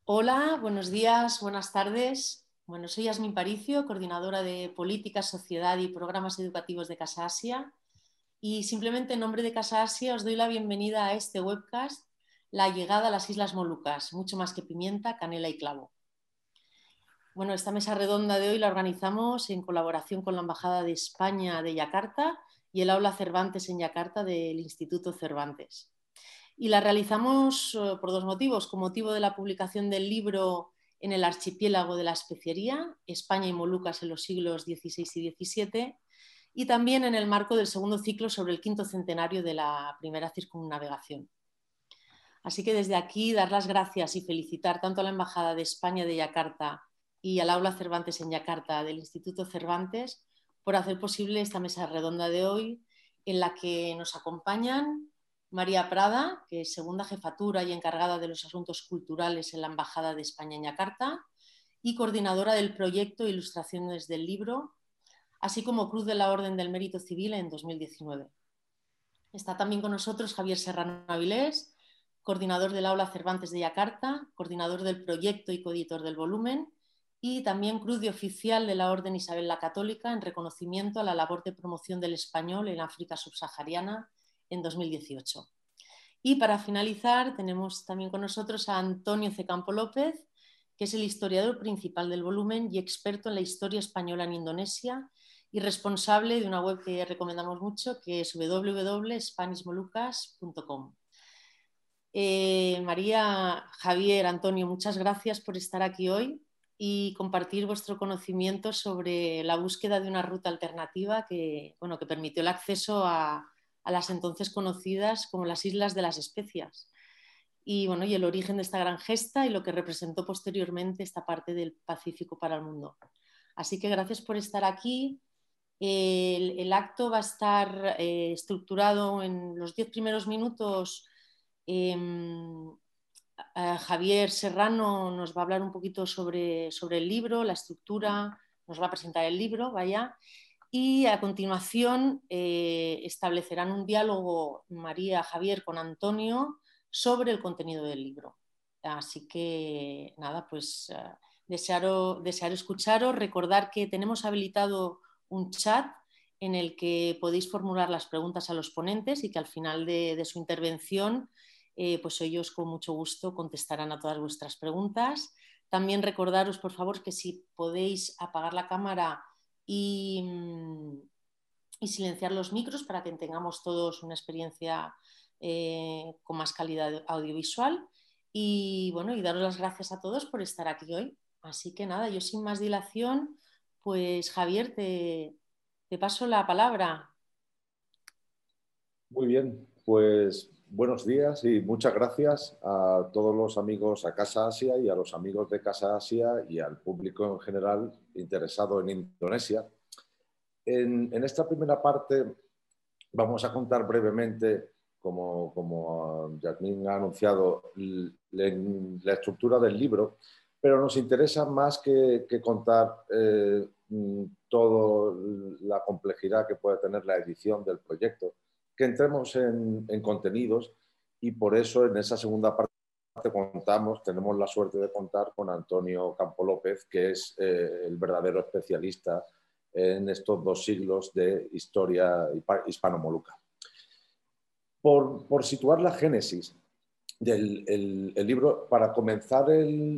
Hola, buenos días, buenas tardes. Bueno, soy Yasmin Paricio, coordinadora de Política, Sociedad y Programas Educativos de Casa Asia. Y simplemente en nombre de Casa Asia os doy la bienvenida a este webcast, La llegada a las Islas Molucas, mucho más que pimienta, canela y clavo. Bueno, esta mesa redonda de hoy la organizamos en colaboración con la Embajada de España de Yakarta y el Aula Cervantes en Yakarta del Instituto Cervantes. Y la realizamos por dos motivos. Con motivo de la publicación del libro En el archipiélago de la especiería, España y Molucas en los siglos XVI y XVII, y también en el marco del segundo ciclo sobre el quinto centenario de la primera circunnavegación. Así que desde aquí dar las gracias y felicitar tanto a la Embajada de España de Yakarta y al Aula Cervantes en Yakarta del Instituto Cervantes por hacer posible esta mesa redonda de hoy, en la que nos acompañan María Prada, que es segunda jefatura y encargada de los asuntos culturales en la Embajada de España en Yakarta y coordinadora del proyecto Ilustraciones del Libro, así como Cruz de la Orden del Mérito Civil en 2019. Está también con nosotros Javier Serrano Avilés, coordinador del Aula Cervantes de Yakarta, coordinador del proyecto y coeditor del volumen, y también Cruz de Oficial de la Orden Isabel la Católica en reconocimiento a la labor de promoción del español en África subsahariana en 2018. Y para finalizar tenemos también con nosotros a Antonio C. Campo López, que es el historiador principal del volumen y experto en la historia española en Indonesia y responsable de una web que recomendamos mucho, que es www.spanishmolucas.com. María, Javier, Antonio, muchas gracias por estar aquí hoy y compartir vuestro conocimiento sobre la búsqueda de una ruta alternativa que permitió el acceso a las entonces conocidas como las Islas de las Especias. Y el origen de esta gran gesta y lo que representó posteriormente esta parte del Pacífico para el mundo. Así que gracias por estar aquí. El acto va a estar estructurado en los 10 primeros minutos. Javier Serrano nos va a hablar un poquito sobre el libro, la estructura, nos va a presentar el libro, vaya. Y a continuación establecerán un diálogo María, Javier con Antonio sobre el contenido del libro. Así que nada, pues desear escucharos, recordar que tenemos habilitado un chat en el que podéis formular las preguntas a los ponentes y que al final de su intervención pues ellos con mucho gusto contestarán a todas vuestras preguntas. También recordaros, por favor, que si podéis apagar la cámara y silenciar los micros para que tengamos todos una experiencia con más calidad audiovisual. Y daros las gracias a todos por estar aquí hoy. Así que nada, yo sin más dilación, pues Javier, te paso la palabra. Muy bien, pues buenos días y muchas gracias a todos los amigos a Casa Asia y a los amigos de Casa Asia y al público en general interesado en Indonesia. En esta primera parte vamos a contar brevemente, como Yasmin ha anunciado, la estructura del libro, pero nos interesa más que contar toda la complejidad que puede tener la edición del proyecto, que entremos en contenidos, y por eso en esa segunda parte tenemos la suerte de contar con Antonio Campo López, que es el verdadero especialista en estos 2 siglos de historia hispano-moluca. Por situar la génesis del libro, para comenzar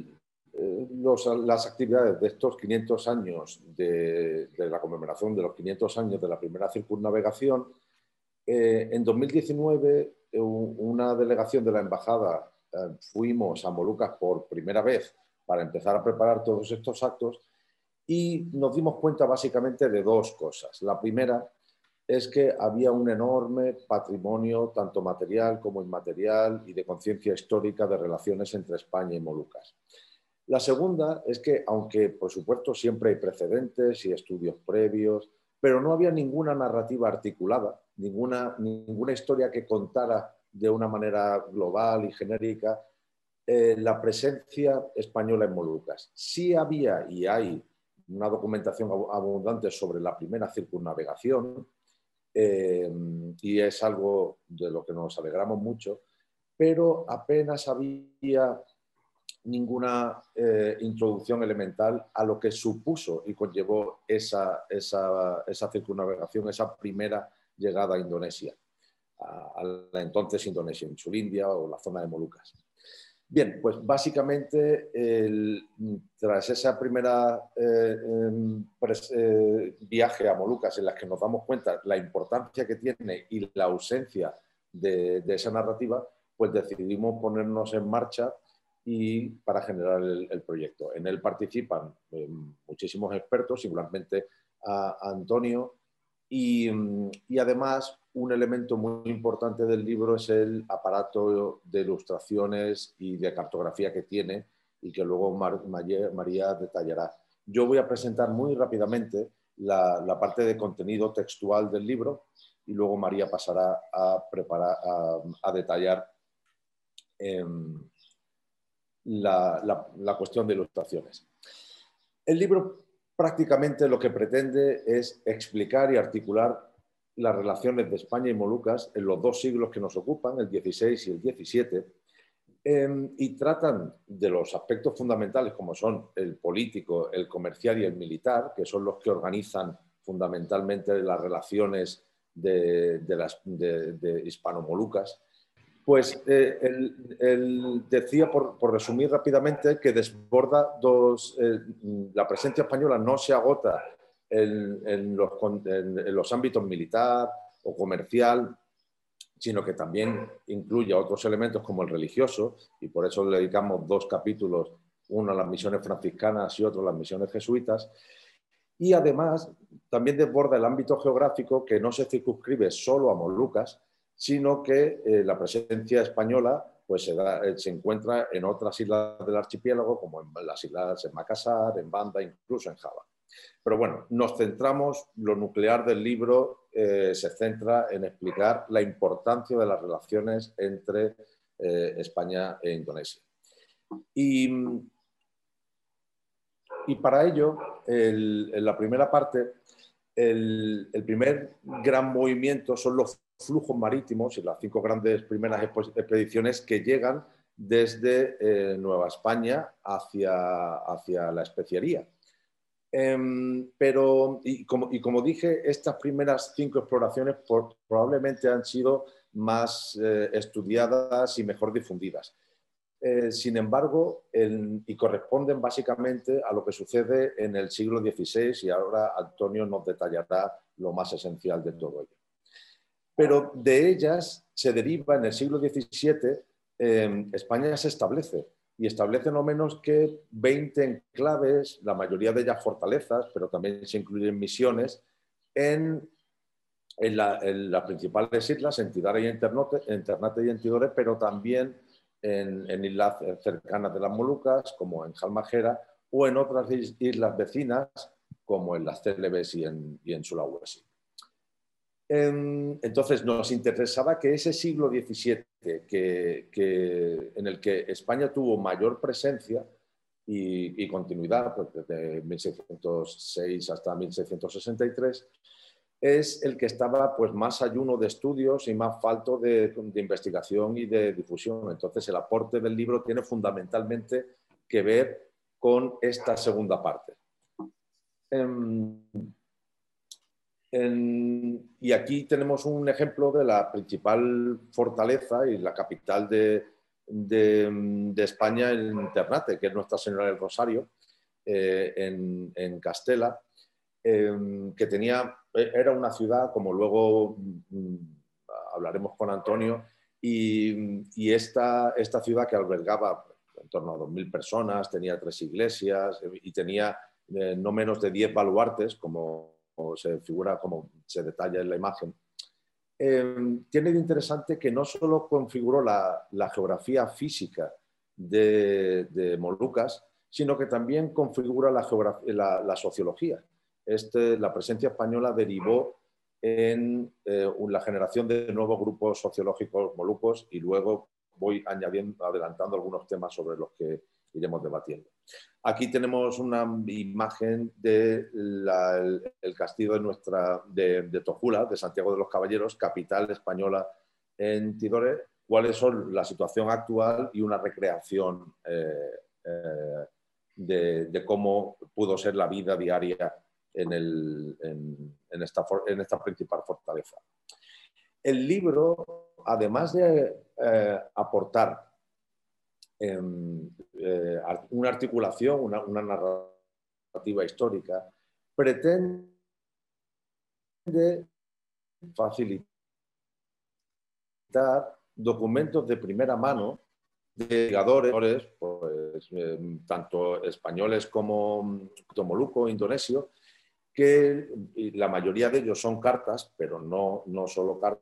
las actividades de estos 500 años de la conmemoración de los 500 años de la primera circunnavegación, en 2019 una delegación de la embajada fuimos a Molucas por primera vez para empezar a preparar todos estos actos y nos dimos cuenta básicamente de 2 cosas. La primera es que había un enorme patrimonio, tanto material como inmaterial, y de conciencia histórica de relaciones entre España y Molucas. La segunda es que, aunque por supuesto siempre hay precedentes y estudios previos, pero no había ninguna narrativa articulada, ninguna historia que contara de una manera global y genérica la presencia española en Molucas. Sí había y hay una documentación abundante sobre la primera circunnavegación, y es algo de lo que nos alegramos mucho, pero apenas había ninguna introducción elemental a lo que supuso y conllevó esa circunnavegación, esa primera llegada a Indonesia, a la entonces Indonesia, Insulindia o la zona de Molucas. Bien, pues básicamente tras esa primera viaje a Molucas en la que nos damos cuenta la importancia que tiene y la ausencia de esa narrativa, pues decidimos ponernos en marcha y para generar el proyecto. En él participan muchísimos expertos, singularmente a Antonio, y además un elemento muy importante del libro es el aparato de ilustraciones y de cartografía que tiene y que luego María detallará. Yo voy a presentar muy rápidamente la parte de contenido textual del libro y luego María pasará a detallar la cuestión de ilustraciones. El libro prácticamente lo que pretende es explicar y articular las relaciones de España y Molucas en los dos siglos que nos ocupan, el XVI y el XVII, y tratan de los aspectos fundamentales como son el político, el comercial y el militar, que son los que organizan fundamentalmente las relaciones de hispano-molucas. Pues él decía, por resumir rápidamente, que desborda la presencia española no se agota en los ámbitos militar o comercial, sino que también incluye otros elementos como el religioso, y por eso le dedicamos 2 capítulos, uno a las misiones franciscanas y otro a las misiones jesuitas. Y además también desborda el ámbito geográfico, que no se circunscribe solo a Molucas, sino que la presencia española pues se encuentra en otras islas del archipiélago, como en las islas en Macassar, en Banda, incluso en Java. Pero bueno, nos centramos, lo nuclear del libro se centra en explicar la importancia de las relaciones entre España e Indonesia. Y para ello, en la primera parte, el primer gran movimiento son los flujos marítimos y las 5 grandes primeras expediciones que llegan desde Nueva España hacia la especiería. Pero, como dije, estas primeras 5 exploraciones probablemente han sido más estudiadas y mejor difundidas. Sin embargo, y corresponden básicamente a lo que sucede en el siglo XVI, y ahora Antonio nos detallará lo más esencial de todo ello. Pero de ellas se deriva en el siglo XVII, España se establece, y establece no menos que 20 enclaves, la mayoría de ellas fortalezas, pero también se incluyen misiones, en las principales islas, en Tidore y en Ternate y en Tidore, pero también en islas cercanas de las Molucas, como en Halmahera, o en otras islas vecinas, como en las Célebes y en Sulawesi. Entonces nos interesaba que ese siglo XVII, en el que España tuvo mayor presencia y continuidad, pues desde 1606 hasta 1663, es el que estaba pues, más ayuno de estudios y más falto de investigación y de difusión. Entonces el aporte del libro tiene fundamentalmente que ver con esta segunda parte. Y aquí tenemos un ejemplo de la principal fortaleza y la capital de España en Ternate, que es Nuestra Señora del Rosario, en Castela, que era una ciudad, como luego hablaremos con Antonio, y esta ciudad que albergaba en torno a 2.000 personas, tenía 3 iglesias y tenía no menos de 10 baluartes, como se figura, como se detalla en la imagen. Tiene de interesante que no solo configuró la geografía física de Molucas, sino que también configura la sociología. La presencia española derivó en la generación de nuevos grupos sociológicos molucos, y luego voy adelantando algunos temas sobre los que iremos debatiendo. Aquí tenemos una imagen del castillo de Tojula, de Santiago de los Caballeros, capital española en Tidore, cuáles son la situación actual y una recreación de cómo pudo ser la vida diaria en esta principal fortaleza. El libro, además de aportar una articulación, una narrativa histórica, pretende facilitar documentos de primera mano de investigadores, pues, tanto españoles como Moluco, indonesio, que la mayoría de ellos son cartas, pero no solo cartas,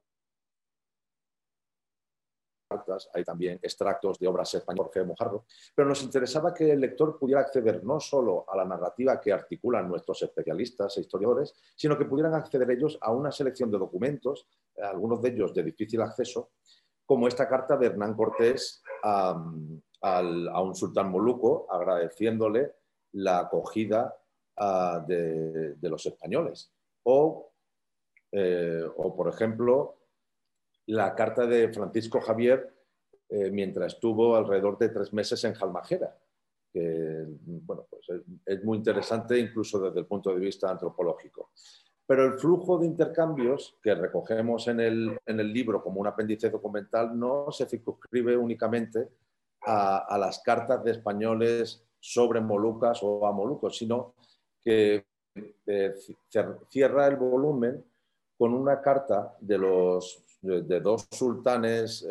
hay también extractos de obras españolas de Jorge Mojarro, pero nos interesaba que el lector pudiera acceder no solo a la narrativa que articulan nuestros especialistas e historiadores, sino que pudieran acceder ellos a una selección de documentos, algunos de ellos de difícil acceso, como esta carta de Hernán Cortés a un sultán moluco, agradeciéndole la acogida de los españoles. O, por ejemplo, la carta de Francisco Javier mientras estuvo alrededor de 3 meses en Halmahera, que bueno, pues es muy interesante incluso desde el punto de vista antropológico. Pero el flujo de intercambios que recogemos en el libro como un apéndice documental no se circunscribe únicamente a las cartas de españoles sobre Molucas o a Molucos, sino que cierra el volumen con una carta de 2 sultanes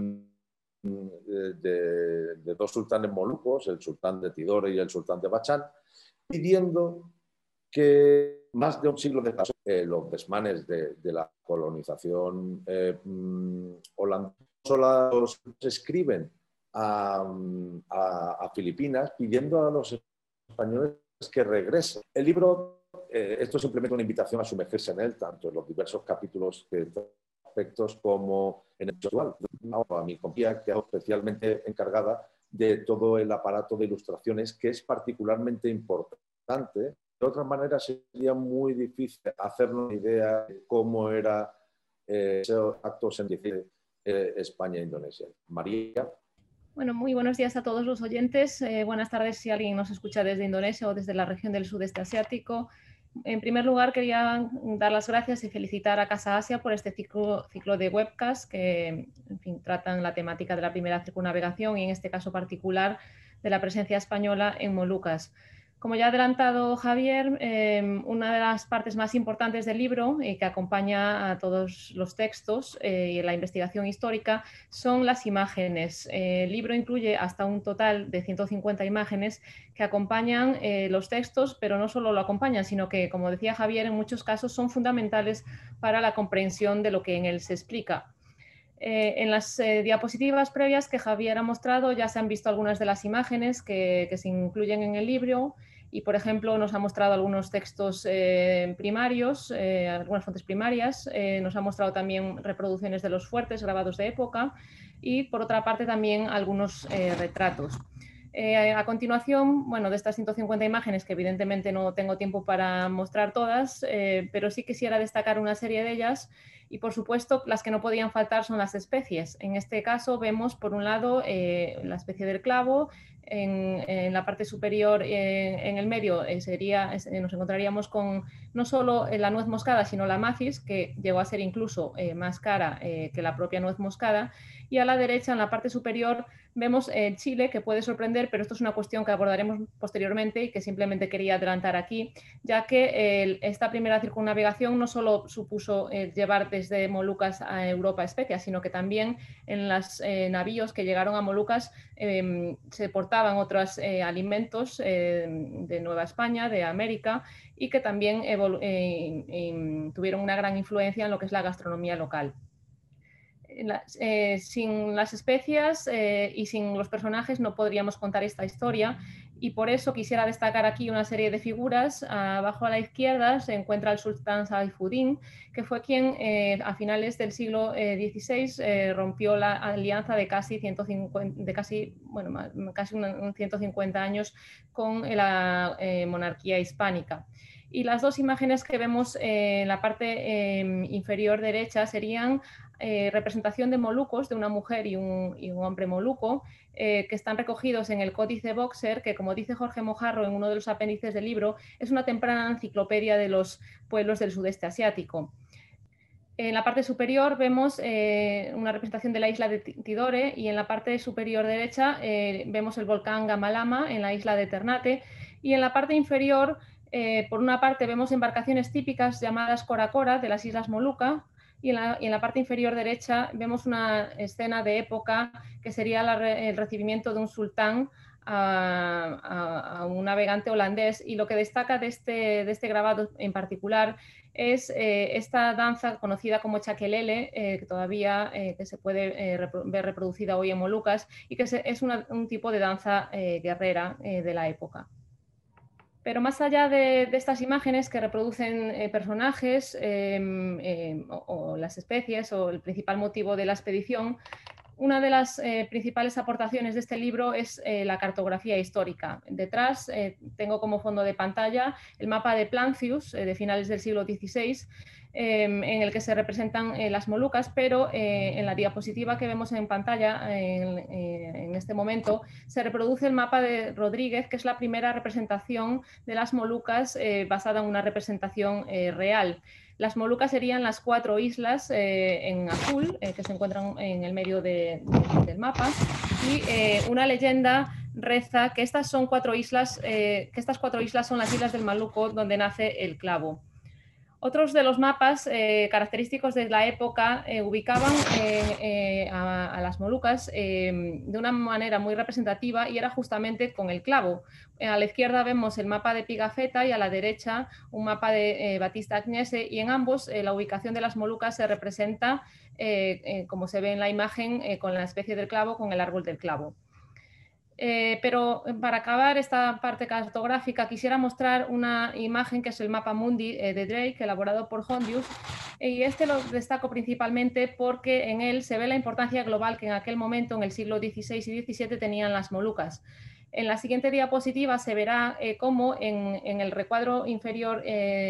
de 2 sultanes molucos, el sultán de Tidore y el sultán de Bachán, pidiendo que más de un siglo después los desmanes de la colonización holandesa escriben a Filipinas pidiendo a los españoles que regresen. El libro, esto es simplemente una invitación a sumergirse en él, tanto en los diversos capítulos que aspectos como en el visual. A mi compañía, que es especialmente encargada de todo el aparato de ilustraciones, que es particularmente importante. De otra manera, sería muy difícil hacernos una idea de cómo era esos actos en España e Indonesia. María. Bueno, muy buenos días a todos los oyentes. Buenas tardes si alguien nos escucha desde Indonesia o desde la región del sudeste asiático. En primer lugar, quería dar las gracias y felicitar a Casa Asia por este ciclo de webcasts que, en fin, tratan la temática de la primera circunnavegación y, en este caso particular, de la presencia española en Molucas. Como ya ha adelantado Javier, una de las partes más importantes del libro y que acompaña a todos los textos y la investigación histórica son las imágenes. El libro incluye hasta un total de 150 imágenes que acompañan los textos, pero no solo lo acompañan, sino que, como decía Javier, en muchos casos son fundamentales para la comprensión de lo que en él se explica. En las diapositivas previas que Javier ha mostrado ya se han visto algunas de las imágenes que se incluyen en el libro y, por ejemplo, nos ha mostrado algunos textos primarios, algunas fuentes primarias, nos ha mostrado también reproducciones de los fuertes grabados de época y, por otra parte, también algunos retratos. A continuación, bueno, de estas 150 imágenes, que evidentemente no tengo tiempo para mostrar todas, pero sí quisiera destacar una serie de ellas y, por supuesto, las que no podían faltar son las especies. En este caso vemos, por un lado, la especie del clavo. En la parte superior, en el medio, nos encontraríamos con no solo la nuez moscada, sino la macis, que llegó a ser incluso más cara que la propia nuez moscada. Y a la derecha, en la parte superior, vemos el chile, que puede sorprender, pero esto es una cuestión que abordaremos posteriormente y que simplemente quería adelantar aquí, ya que esta primera circunnavegación no solo supuso llevar desde Molucas a Europa especias, sino que también en los navíos que llegaron a Molucas se portaban otros alimentos de Nueva España, de América, y que también tuvieron una gran influencia en lo que es la gastronomía local. Sin las especias y sin los personajes no podríamos contar esta historia, y por eso quisiera destacar aquí una serie de figuras. Abajo a la izquierda se encuentra el sultán Saifuddin, que fue quien a finales del siglo XVI rompió la alianza de casi 150 años con la monarquía hispánica. Y las dos imágenes que vemos en la parte inferior derecha serían representación de molucos, de una mujer y un hombre moluco, que están recogidos en el Códice Boxer, que, como dice Jorge Mojarro en uno de los apéndices del libro, es una temprana enciclopedia de los pueblos del sudeste asiático. En la parte superior vemos una representación de la isla de Tidore, y en la parte superior derecha vemos el volcán Gamalama en la isla de Ternate, y en la parte inferior, por una parte, vemos embarcaciones típicas llamadas Cora de las Islas Molucas, y en la parte inferior derecha vemos una escena de época que sería el recibimiento de un sultán a un navegante holandés, y lo que destaca de este grabado en particular es esta danza conocida como chakelele, que todavía que se puede ver reproducida hoy en Molucas, y que es un tipo de danza guerrera de la época. Pero más allá de estas imágenes que reproducen personajes o las especies o el principal motivo de la expedición, una de las principales aportaciones de este libro es la cartografía histórica. Detrás tengo como fondo de pantalla el mapa de Plancius de finales del siglo XVI, en el que se representan las Molucas, pero en la diapositiva que vemos en pantalla en este momento se reproduce el mapa de Rodríguez, que es la primera representación de las Molucas basada en una representación real. Las Molucas serían las 4 islas en azul que se encuentran en el medio del mapa, y una leyenda reza que estas son 4 islas, estas 4 islas son las islas del Maluco, donde nace el clavo. Otros de los mapas característicos de la época ubicaban a las Molucas de una manera muy representativa, y era justamente con el clavo. A la izquierda vemos el mapa de Pigafetta y a la derecha un mapa de Battista Agnese, y en ambos la ubicación de las Molucas se representa, como se ve en la imagen, con la especie del clavo, con el árbol del clavo. Pero para acabar esta parte cartográfica quisiera mostrar una imagen que es el mapa mundi de Drake, elaborado por Hondius, y este lo destaco principalmente porque en él se ve la importancia global que en aquel momento, en el siglo XVI y XVII, tenían las Molucas. En la siguiente diapositiva se verá cómo en el recuadro inferior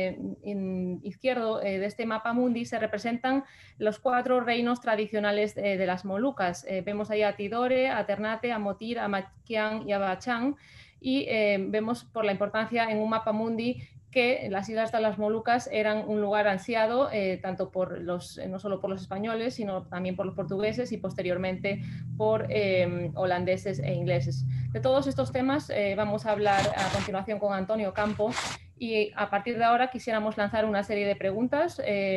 izquierdo de este mapa mundi se representan los 4 reinos tradicionales de las Molucas. Vemos ahí a Tidore, a Ternate, a Motir, a Makian y a Bachán, y vemos por la importancia en un mapa mundi que las islas de las Molucas eran un lugar ansiado tanto por no solo por los españoles, sino también por los portugueses y posteriormente por holandeses e ingleses. De todos estos temas vamos a hablar a continuación con Antonio Campo, y a partir de ahora quisiéramos lanzar una serie de preguntas,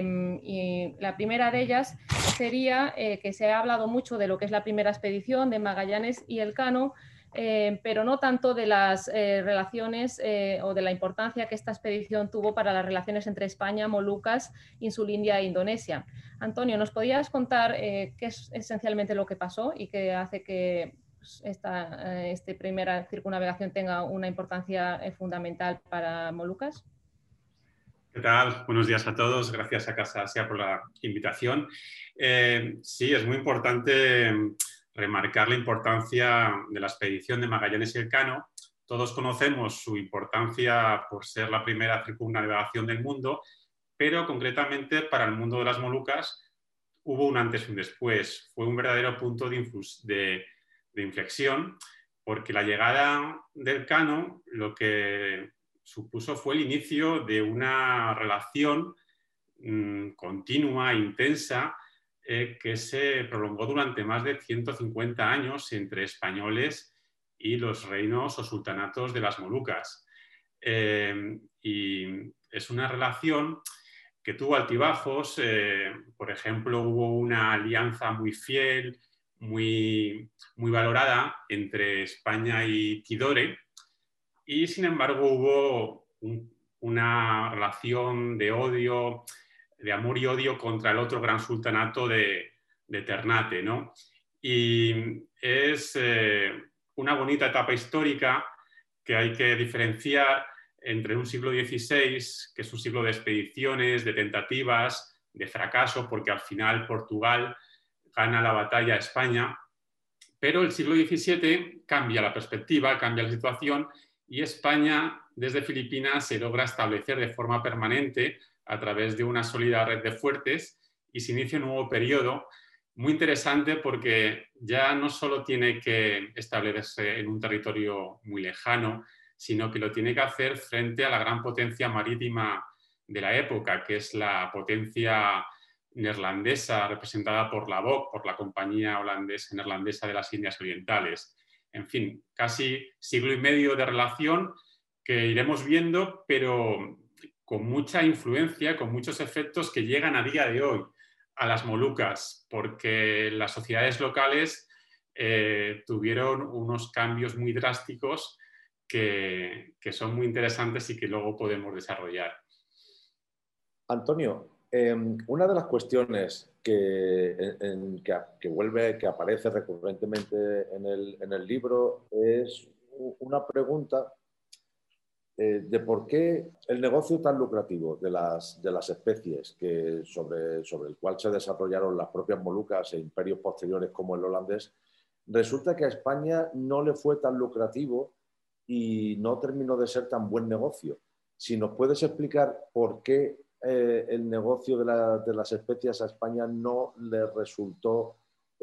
y la primera de ellas sería que se ha hablado mucho de lo que es la primera expedición de Magallanes y Elcano, pero no tanto de las relaciones o de la importancia que esta expedición tuvo para las relaciones entre España, Molucas, Insulindia e Indonesia. Antonio, ¿nos podías contar qué es esencialmente lo que pasó y qué hace que esta primera circunnavegación tenga una importancia fundamental para Molucas? ¿Qué tal? Buenos días a todos. Gracias a Casa Asia por la invitación. Sí, es muy importante remarcar la importancia de la expedición de Magallanes y Elcano. Todos conocemos su importancia por ser la primera circunnavegación del mundo, pero concretamente para el mundo de las Molucas hubo un antes y un después. Fue un verdadero punto de inflexión, porque la llegada de Elcano lo que supuso fue el inicio de una relación continua, intensa, que se prolongó durante más de 150 años entre españoles y los reinos o sultanatos de las Molucas. Y es una relación que tuvo altibajos. Por ejemplo, hubo una alianza muy fiel, muy valorada entre España y Tidore, y sin embargo hubo una relación de odio, de amor y odio contra el otro gran sultanato de Ternate, ¿no? Y es una bonita etapa histórica que hay que diferenciar entre un siglo XVI, que es un siglo de expediciones, de tentativas, de fracaso, porque al final Portugal gana la batalla a España, pero el siglo XVII cambia la perspectiva, cambia la situación, y España desde Filipinas se logra establecer de forma permanente a través de una sólida red de fuertes, y se inicia un nuevo periodo muy interesante porque ya no solo tiene que establecerse en un territorio muy lejano, sino que lo tiene que hacer frente a la gran potencia marítima de la época, que es la potencia neerlandesa representada por la BOC, por la Compañía Neerlandesa de las Indias Orientales. En fin, casi siglo y medio de relación que iremos viendo, pero con mucha influencia, con muchos efectos que llegan a día de hoy a las Molucas, porque las sociedades locales tuvieron unos cambios muy drásticos que son muy interesantes y que luego podemos desarrollar. Antonio, una de las cuestiones que aparece recurrentemente en el libro es una pregunta de por qué el negocio tan lucrativo de las especies sobre el cual se desarrollaron las propias Molucas e imperios posteriores como el holandés, resulta que a España no le fue tan lucrativo y no terminó de ser tan buen negocio. Si nos puedes explicar por qué el negocio de las especies a España no le resultó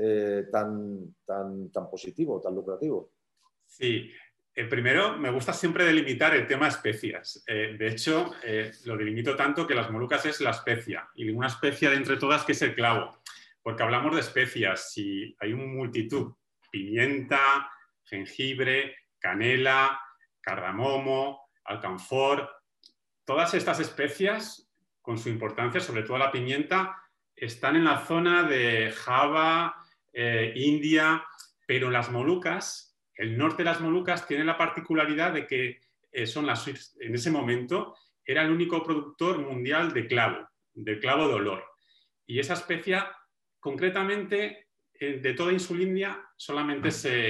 tan positivo, tan lucrativo. Sí. Primero, me gusta siempre delimitar el tema especias. De hecho, lo delimito tanto que las Molucas es la especia, y una especia de entre todas que es el clavo, porque hablamos de especias y hay una multitud: pimienta, jengibre, canela, cardamomo, alcanfor. Todas estas especias, con su importancia, sobre todo la pimienta, están en la zona de Java, India, pero las Molucas, el norte de las Molucas, tiene la particularidad de que en ese momento era el único productor mundial de clavo de olor. Y esa especia, concretamente, de toda Insulindia, solamente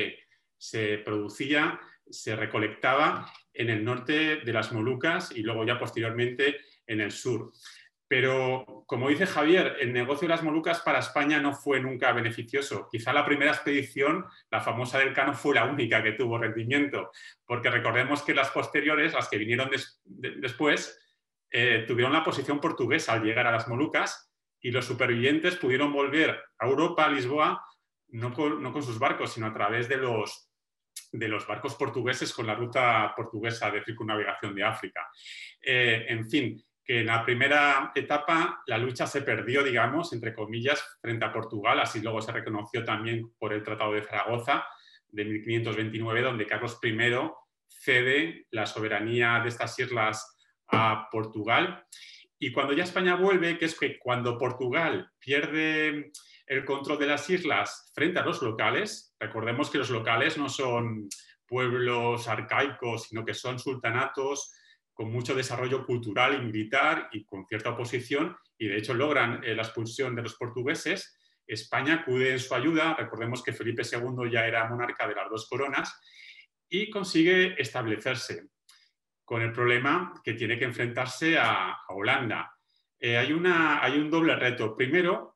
se producía, se recolectaba en el norte de las Molucas y luego ya posteriormente en el sur. Pero, como dice Javier, el negocio de las Molucas para España no fue nunca beneficioso. Quizá la primera expedición, la famosa del Cano, fue la única que tuvo rendimiento, porque recordemos que las posteriores, las que vinieron después, tuvieron la posición portuguesa al llegar a las Molucas, y los supervivientes pudieron volver a Europa, a Lisboa, no con sus barcos, sino a través de los barcos portugueses con la ruta portuguesa de circunnavegación de África. En fin, que en la primera etapa la lucha se perdió, digamos, entre comillas, frente a Portugal. Así luego se reconoció también por el Tratado de Zaragoza de 1529, donde Carlos I cede la soberanía de estas islas a Portugal. Y cuando ya España vuelve, que es que cuando Portugal pierde el control de las islas frente a los locales, recordemos que los locales no son pueblos arcaicos, sino que son sultanatos con mucho desarrollo cultural y militar y con cierta oposición, y de hecho logran la expulsión de los portugueses. España acude en su ayuda. Recordemos que Felipe II ya era monarca de las dos coronas y consigue establecerse, con el problema que tiene que enfrentarse a Holanda. Hay un doble reto. Primero,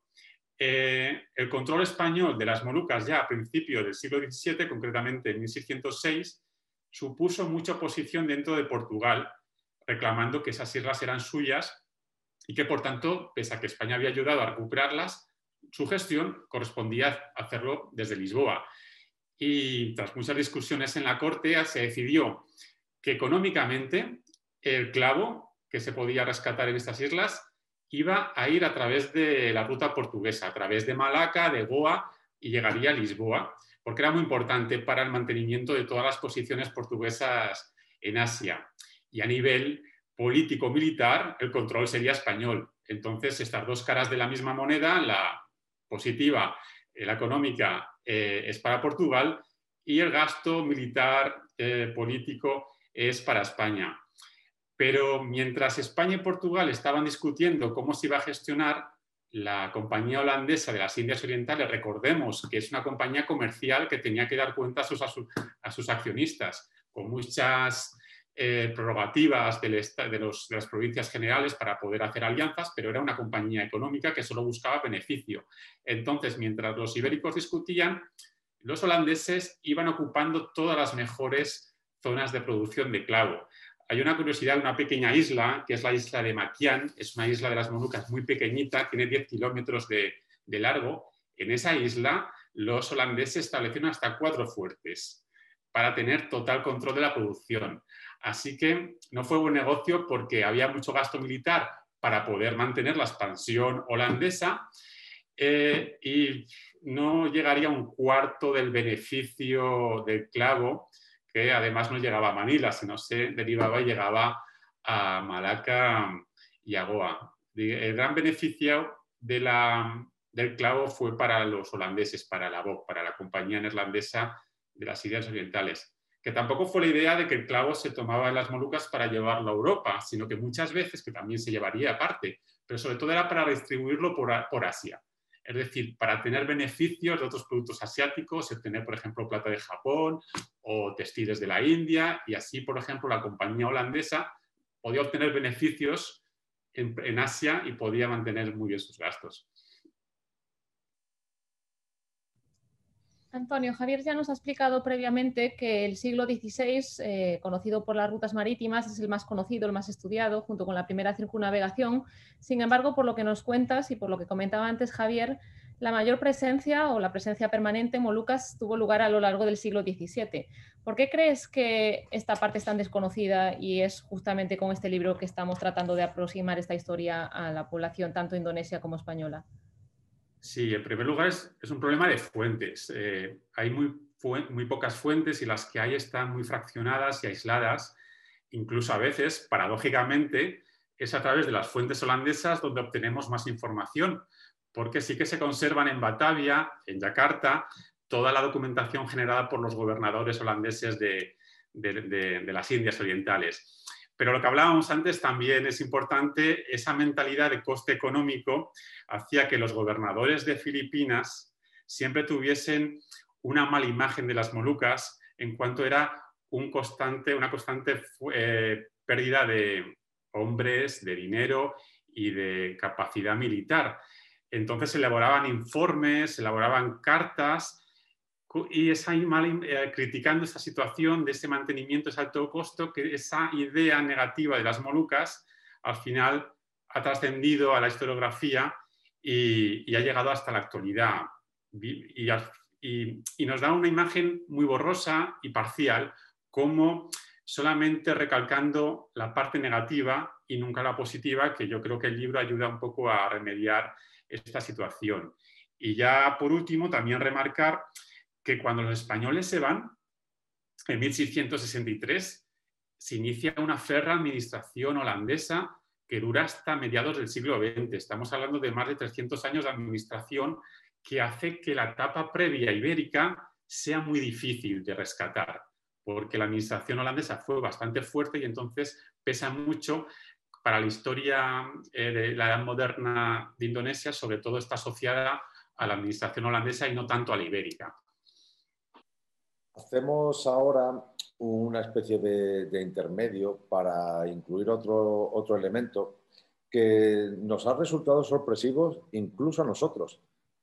el control español de las Molucas ya a principios del siglo XVII, concretamente en 1606, supuso mucha oposición dentro de Portugal, reclamando que esas islas eran suyas y que, por tanto, pese a que España había ayudado a recuperarlas, su gestión correspondía hacerlo desde Lisboa. Y tras muchas discusiones en la corte, se decidió que económicamente el clavo que se podía rescatar en estas islas iba a ir a través de la ruta portuguesa, a través de Malaca, de Goa, y llegaría a Lisboa, porque era muy importante para el mantenimiento de todas las posiciones portuguesas en Asia. Y a nivel político-militar, el control sería español. Entonces, estas dos caras de la misma moneda, la positiva, la económica, es para Portugal, y el gasto militar, político, es para España. Pero mientras España y Portugal estaban discutiendo cómo se iba a gestionar, la Compañía Holandesa de las Indias Orientales, recordemos que es una compañía comercial que tenía que dar cuenta a sus accionistas, con muchas prerrogativas de las provincias generales para poder hacer alianzas, pero era una compañía económica que solo buscaba beneficio. Entonces, mientras los ibéricos discutían, los holandeses iban ocupando todas las mejores zonas de producción de clavo. hay una curiosidad, una pequeña isla, que es la isla de Makian, es una isla de las Molucas muy pequeñita, tiene 10 kilómetros de largo. En esa isla los holandeses establecieron hasta 4 fuertes para tener total control de la producción. Así que no fue buen negocio porque había mucho gasto militar para poder mantener la expansión holandesa y no llegaría a un cuarto del beneficio del clavo, que además no llegaba a Manila, sino se derivaba y llegaba a Malaca y a Goa. El gran beneficio del clavo fue para los holandeses, para la BOC, para la compañía neerlandesa de las Indias Orientales, que tampoco fue la idea de que el clavo se tomaba en las Molucas para llevarlo a Europa, sino que muchas veces, que también se llevaría aparte, pero sobre todo era para distribuirlo por Asia. Es decir, para tener beneficios de otros productos asiáticos, obtener, por ejemplo, plata de Japón o textiles de la India, y así, por ejemplo, la compañía holandesa podía obtener beneficios en Asia y podía mantener muy bien sus gastos. Antonio, Javier ya nos ha explicado previamente que el siglo XVI, conocido por las rutas marítimas, es el más conocido, el más estudiado, junto con la primera circunnavegación. Sin embargo, por lo que nos cuentas y por lo que comentaba antes Javier, la mayor presencia o la presencia permanente en Molucas tuvo lugar a lo largo del siglo XVII. ¿Por qué crees que esta parte es tan desconocida y es justamente con este libro que estamos tratando de aproximar esta historia a la población, tanto indonesia como española? Sí, en primer lugar es un problema de fuentes. Hay muy pocas fuentes y las que hay están muy fraccionadas y aisladas. Incluso a veces, paradójicamente, es a través de las fuentes holandesas donde obtenemos más información, porque sí que se conservan en Batavia, en Yakarta, toda la documentación generada por los gobernadores holandeses de las Indias Orientales. Pero lo que hablábamos antes también es importante, esa mentalidad de coste económico hacía que los gobernadores de Filipinas siempre tuviesen una mala imagen de las Molucas en cuanto era una constante pérdida de hombres, de dinero y de capacidad militar. Entonces se elaboraban informes, se elaboraban cartas y criticando esa situación de ese mantenimiento, ese alto costo, que esa idea negativa de las Molucas al final ha trascendido a la historiografía y ha llegado hasta la actualidad. Y nos da una imagen muy borrosa y parcial, como solamente recalcando la parte negativa y nunca la positiva, que yo creo que el libro ayuda un poco a remediar esta situación. Y ya por último, también remarcar que cuando los españoles se van, en 1663, se inicia una férrea administración holandesa que dura hasta mediados del siglo XX. Estamos hablando de más de 300 años de administración que hace que la etapa previa ibérica sea muy difícil de rescatar, porque la administración holandesa fue bastante fuerte y entonces pesa mucho para la historia de la edad moderna de Indonesia, sobre todo está asociada a la administración holandesa y no tanto a la ibérica. Hacemos ahora una especie de intermedio para incluir otro elemento que nos ha resultado sorpresivo incluso a nosotros.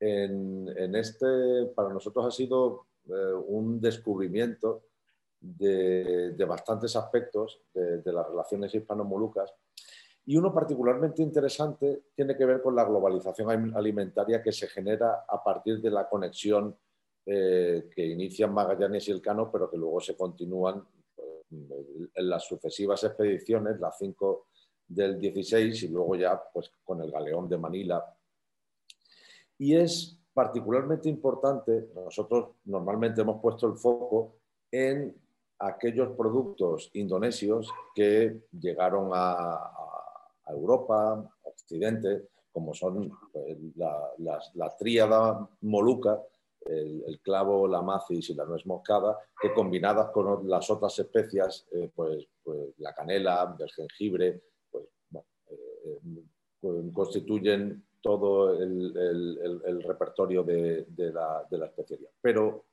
Para nosotros ha sido un descubrimiento de bastantes aspectos de las relaciones hispano-molucas, y uno particularmente interesante tiene que ver con la globalización alimentaria que se genera a partir de la conexión que inician Magallanes y Elcano, pero que luego se continúan en las sucesivas expediciones, las 5 del 16 y luego ya pues, con el galeón de Manila. Y es particularmente importante, nosotros normalmente hemos puesto el foco en aquellos productos indonesios que llegaron a Europa, a Occidente, como son pues, la tríada moluca, el clavo, la macis y la nuez moscada, que combinadas con las otras especias, pues la canela, el jengibre, pues, constituyen todo el repertorio de la especería. Pero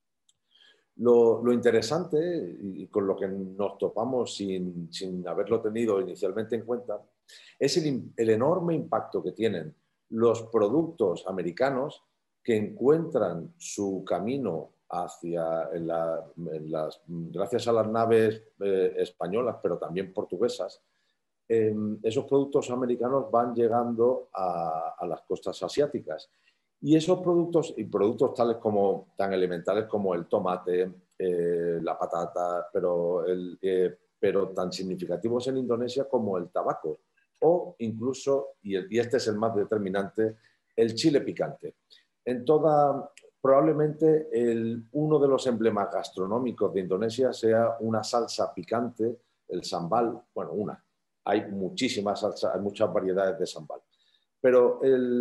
lo interesante, y con lo que nos topamos sin haberlo tenido inicialmente en cuenta, es el enorme impacto que tienen los productos americanos que encuentran su camino gracias a las naves españolas, pero también portuguesas, esos productos americanos van llegando a las costas asiáticas. Y esos productos, y productos tan elementales como el tomate, la patata, pero tan significativos en Indonesia como el tabaco, o incluso, y este es el más determinante, el chile picante. Probablemente uno de los emblemas gastronómicos de Indonesia sea una salsa picante, el sambal. Bueno, hay muchísimas salsas, hay muchas variedades de sambal. Pero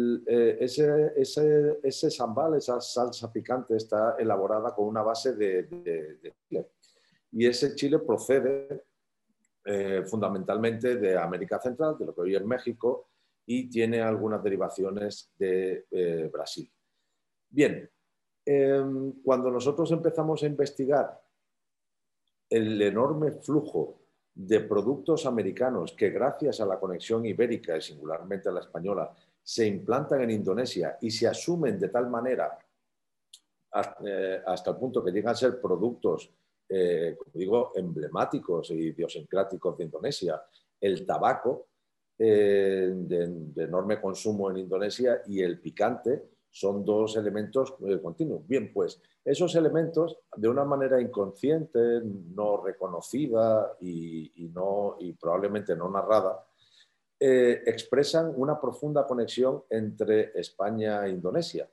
ese sambal, esa salsa picante, está elaborada con una base de chile. Y ese chile procede fundamentalmente de América Central, de lo que hoy es México, y tiene algunas derivaciones de Brasil. Bien, cuando nosotros empezamos a investigar el enorme flujo de productos americanos que gracias a la conexión ibérica y singularmente a la española se implantan en Indonesia y se asumen de tal manera hasta el punto que llegan a ser productos, como digo, emblemáticos e idiosincráticos de Indonesia, el tabaco de enorme consumo en Indonesia y el picante, son dos elementos continuos. Bien, pues esos elementos, de una manera inconsciente, no reconocida y probablemente no narrada, expresan una profunda conexión entre España e Indonesia.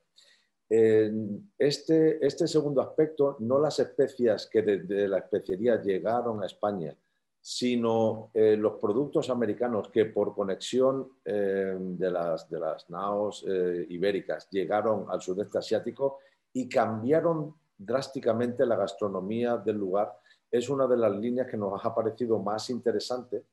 Este segundo aspecto, no las especias que desde la especiería llegaron a España, sino los productos americanos que por conexión de las naos ibéricas llegaron al sudeste asiático y cambiaron drásticamente la gastronomía del lugar, es una de las líneas que nos ha parecido más interesante.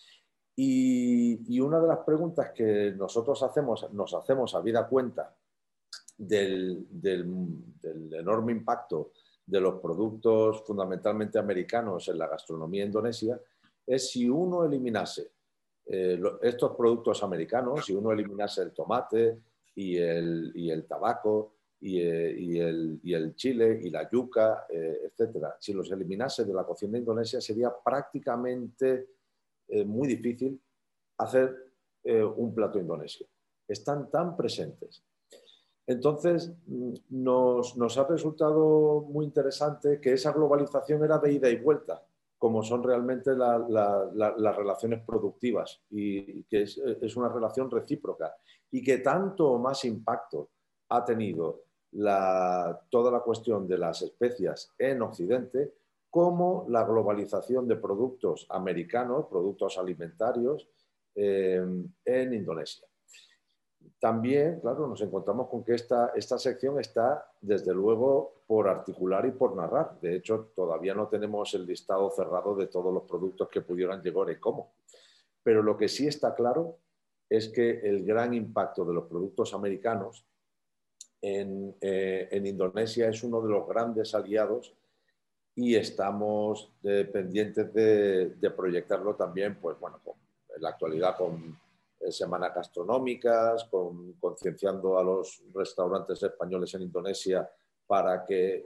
Y una de las preguntas que nosotros nos hacemos habida cuenta del enorme impacto de los productos fundamentalmente americanos en la gastronomía indonesia, es si uno eliminase estos productos americanos, si uno eliminase el tomate y el tabaco y el chile y la yuca, etcétera, si los eliminase de la cocina indonesia, sería prácticamente muy difícil hacer un plato indonesio. Están tan presentes. Entonces, nos ha resultado muy interesante que esa globalización era de ida y vuelta, como son realmente las relaciones productivas, y que es una relación recíproca, y que tanto más impacto ha tenido toda la cuestión de las especias en Occidente, como la globalización de productos americanos, productos alimentarios, en Indonesia. También, claro, nos encontramos con que esta sección está, desde luego, por articular y por narrar. De hecho, todavía no tenemos el listado cerrado de todos los productos que pudieran llegar y cómo. Pero lo que sí está claro es que el gran impacto de los productos americanos en Indonesia es uno de los grandes aliados y estamos pendientes de proyectarlo también, pues bueno, en la actualidad con semanas gastronómicas, concienciando a los restaurantes españoles en Indonesia para que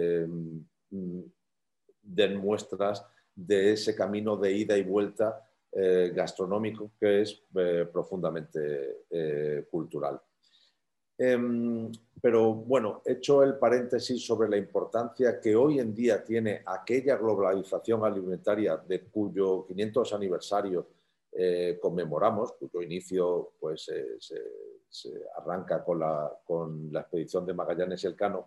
den muestras de ese camino de ida y vuelta gastronómico que es profundamente cultural. Pero bueno, hecho el paréntesis sobre la importancia que hoy en día tiene aquella globalización alimentaria de cuyo 500 aniversario conmemoramos, cuyo inicio pues, se arranca con la expedición de Magallanes y Elcano.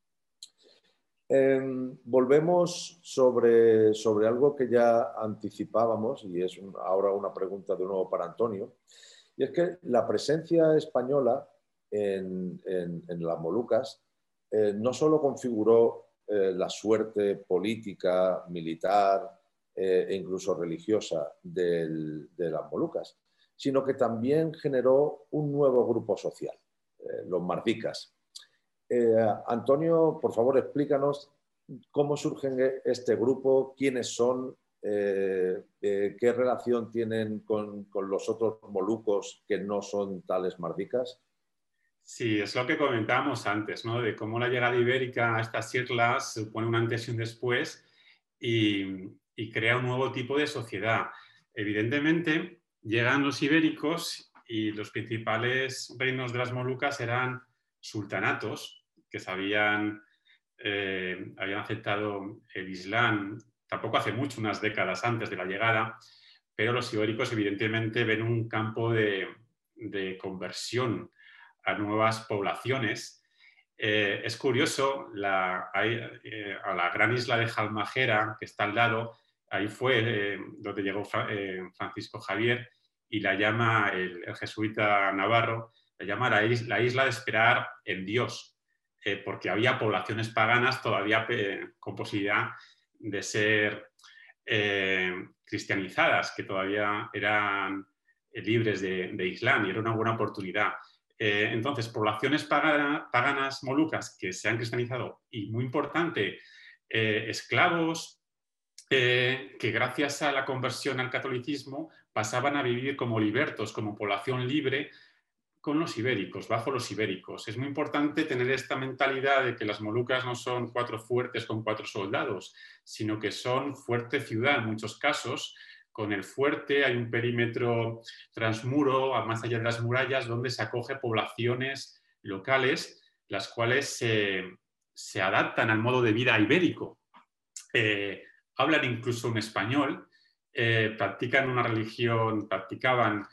Volvemos sobre algo que ya anticipábamos, y es ahora una pregunta de nuevo para Antonio, y es que la presencia española en las Molucas no solo configuró la suerte política, militar e incluso religiosa de las Molucas, sino que también generó un nuevo grupo social, los mardicas. Antonio, por favor, explícanos cómo surge este grupo, quiénes son, qué relación tienen con los otros molucos que no son tales mardicas. Sí, es lo que comentábamos antes, ¿no? De cómo la llegada ibérica a estas islas supone un antes y un después y crea un nuevo tipo de sociedad. Evidentemente, llegan los ibéricos y los principales reinos de las Molucas eran sultanatos que habían aceptado el Islam, tampoco hace mucho, unas décadas antes de la llegada, pero los ibéricos evidentemente ven un campo de conversión a nuevas poblaciones. Es curioso, a la gran isla de Halmahera, que está al lado, ahí fue donde llegó Francisco Javier y la llama el jesuita Navarro, la llama la isla de esperar en Dios, porque había poblaciones paganas todavía con posibilidad de ser cristianizadas, que todavía eran libres de Islam, y era una buena oportunidad. Entonces, poblaciones paganas molucas que se han cristianizado y, muy importante, esclavos que gracias a la conversión al catolicismo pasaban a vivir como libertos, como población libre con los ibéricos, bajo los ibéricos. Es muy importante tener esta mentalidad de que las Molucas no son 4 fuertes con 4 soldados, sino que son fuerte ciudad en muchos casos. Con el fuerte hay un perímetro transmuro, más allá de las murallas, donde se acoge poblaciones locales, las cuales se adaptan al modo de vida ibérico. Hablan incluso un español, practican una religión, practicaban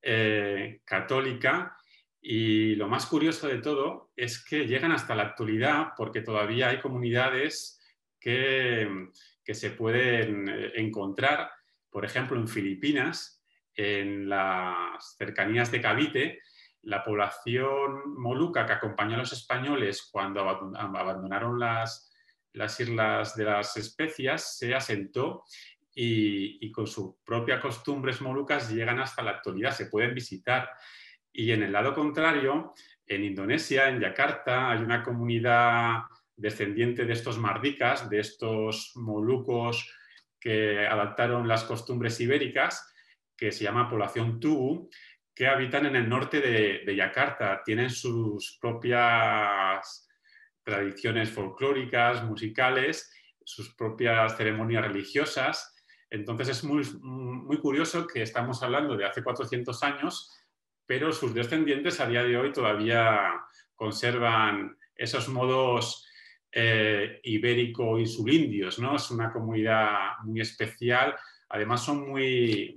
católica, y lo más curioso de todo es que llegan hasta la actualidad porque todavía hay comunidades que se pueden encontrar, por ejemplo, en Filipinas, en las cercanías de Cavite. La población moluca que acompañó a los españoles cuando abandonaron las Islas de las Especias se asentó y con sus propias costumbres molucas llegan hasta la actualidad, se pueden visitar. Y en el lado contrario, en Indonesia, en Yakarta, hay una comunidad descendiente de estos mardicas, de estos molucos que adaptaron las costumbres ibéricas, que se llama población Tugu, que habitan en el norte de Yakarta. Tienen sus propias tradiciones folclóricas, musicales, sus propias ceremonias religiosas. Entonces es muy curioso que estamos hablando de hace 400 años, pero sus descendientes a día de hoy todavía conservan esos modos ibérico-insulindios, ¿no? Es una comunidad muy especial, además son muy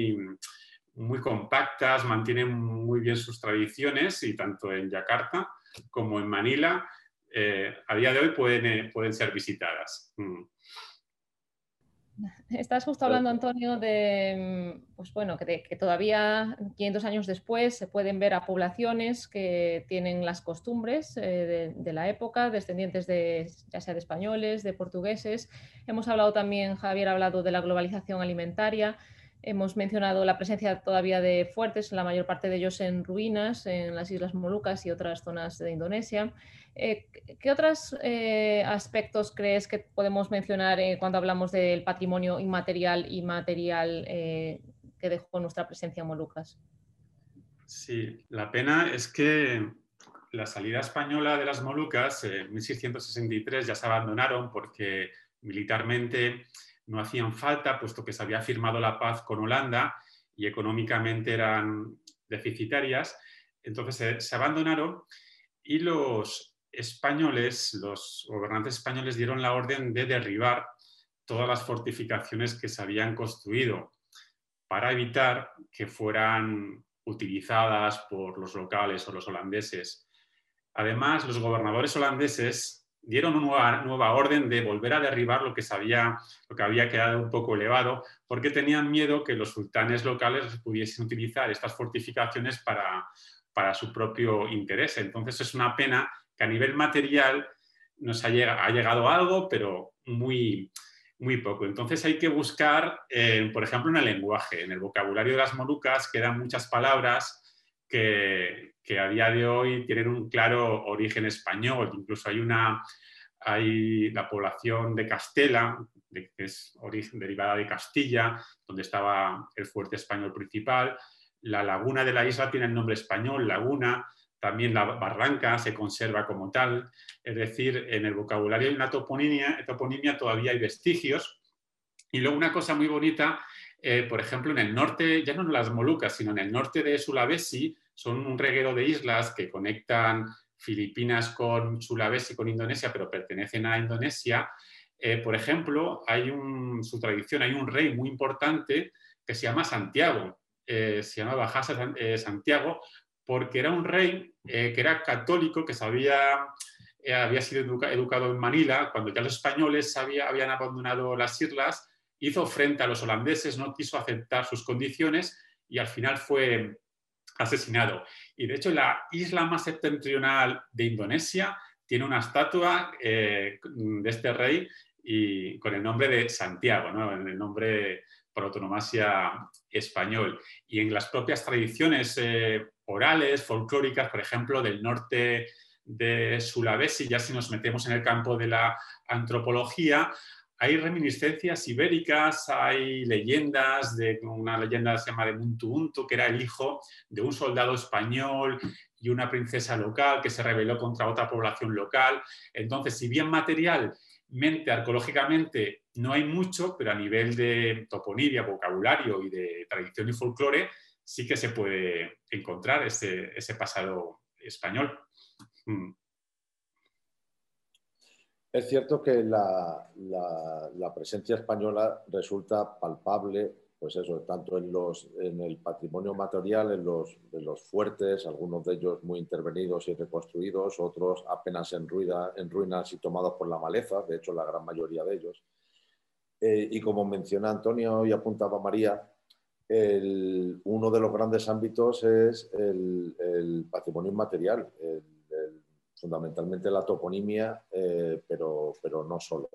compactas, mantienen muy bien sus tradiciones, y tanto en Yakarta como en Manila a día de hoy pueden ser visitadas. Estás justo hablando, Antonio, de pues bueno, que todavía 500 años después se pueden ver a poblaciones que tienen las costumbres de la época, descendientes ya sea de españoles, de portugueses. Hemos hablado también, Javier ha hablado de la globalización alimentaria. Hemos mencionado la presencia todavía de fuertes, la mayor parte de ellos en ruinas, en las Islas Molucas y otras zonas de Indonesia. ¿Qué otros aspectos crees que podemos mencionar cuando hablamos del patrimonio inmaterial y material que dejó nuestra presencia en Molucas? Sí, la pena es que la salida española de las Molucas en 1663 ya se abandonaron porque militarmente no hacían falta, puesto que se había firmado la paz con Holanda y económicamente eran deficitarias. Entonces se abandonaron, y los españoles, los gobernantes españoles, dieron la orden de derribar todas las fortificaciones que se habían construido para evitar que fueran utilizadas por los locales o los holandeses. Además, los gobernadores holandeses dieron una nueva orden de volver a derribar lo que había quedado un poco elevado, porque tenían miedo que los sultanes locales pudiesen utilizar estas fortificaciones para su propio interés. Entonces es una pena que a nivel material nos ha llegado algo, pero muy poco. Entonces hay que buscar, por ejemplo, en el lenguaje. En el vocabulario de las Molucas quedan muchas palabras que a día de hoy tienen un claro origen español. Incluso hay la población de Castela, que es derivada de Castilla, donde estaba el fuerte español principal. La laguna de la isla tiene el nombre español, Laguna. también la barranca se conserva como tal, es decir, en el vocabulario hay una toponimia todavía hay vestigios. Y luego una cosa muy bonita, por ejemplo, en el norte, ya no en las Molucas, sino en el norte de Sulawesi, son un reguero de islas que conectan Filipinas con Sulawesi, con Indonesia, pero pertenecen a Indonesia. Por ejemplo, su tradición, hay un rey muy importante que se llama Santiago, se llamaba Hasa Santiago, porque era un rey que era católico, que había sido educado en Manila, cuando ya los españoles habían abandonado las islas, hizo frente a los holandeses, no quiso aceptar sus condiciones y al final fue asesinado. Y de hecho, la isla más septentrional de Indonesia tiene una estatua de este rey y con el nombre de Santiago, ¿no? El nombre por autonomasia español. Y en las propias tradiciones orales, folclóricas, por ejemplo, del norte de Sulawesi, ya si nos metemos en el campo de la antropología, hay reminiscencias ibéricas, hay leyendas, una leyenda se llama de Muntu Untu, que era el hijo de un soldado español y una princesa local que se rebeló contra otra población local. Entonces, si bien materialmente, arqueológicamente, no hay mucho, pero a nivel de toponimia, vocabulario y de tradición y folclore, sí que se puede encontrar ese pasado español. Es cierto que la presencia española resulta palpable, pues eso, tanto en el patrimonio material, en los fuertes, algunos de ellos muy intervenidos y reconstruidos, otros apenas en ruinas y tomados por la maleza, de hecho la gran mayoría de ellos. Y como menciona Antonio y apuntaba María, uno de los grandes ámbitos es el patrimonio inmaterial, fundamentalmente la toponimia, pero no solo.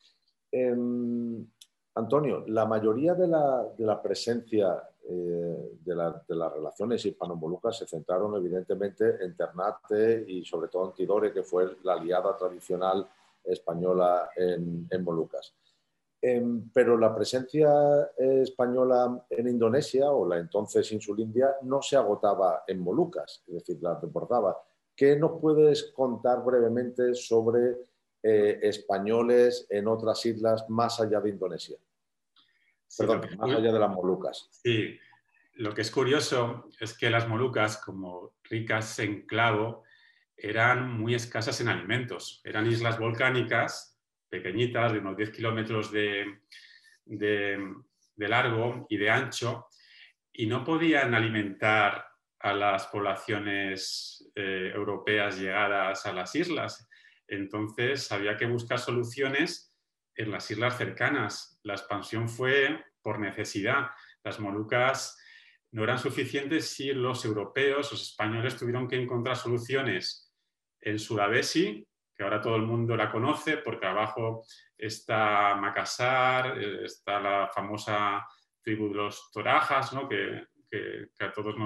Antonio, la mayoría de la presencia de las relaciones hispano-molucas se centraron evidentemente en Ternate y sobre todo en Tidore, que fue la aliada tradicional española en Molucas. Pero la presencia española en Indonesia, o la entonces Insulindia, no se agotaba en Molucas, es decir, la desbordaba. ¿Qué nos puedes contar brevemente sobre españoles en otras islas más allá de Indonesia? Sí, perdón, más allá de las Molucas. Sí, lo que es curioso es que las Molucas, como ricas en clavo, eran muy escasas en alimentos. Eran islas volcánicas, pequeñitas, de unos 10 kilómetros de largo y de ancho, y no podían alimentar a las poblaciones europeas llegadas a las islas. Entonces había que buscar soluciones en las islas cercanas. La expansión fue por necesidad. Las Molucas no eran suficientes y los europeos, los españoles, tuvieron que encontrar soluciones en Sulawesi, que ahora todo el mundo la conoce, porque abajo está Makassar, está la famosa tribu de los Torajas, ¿no? que a todos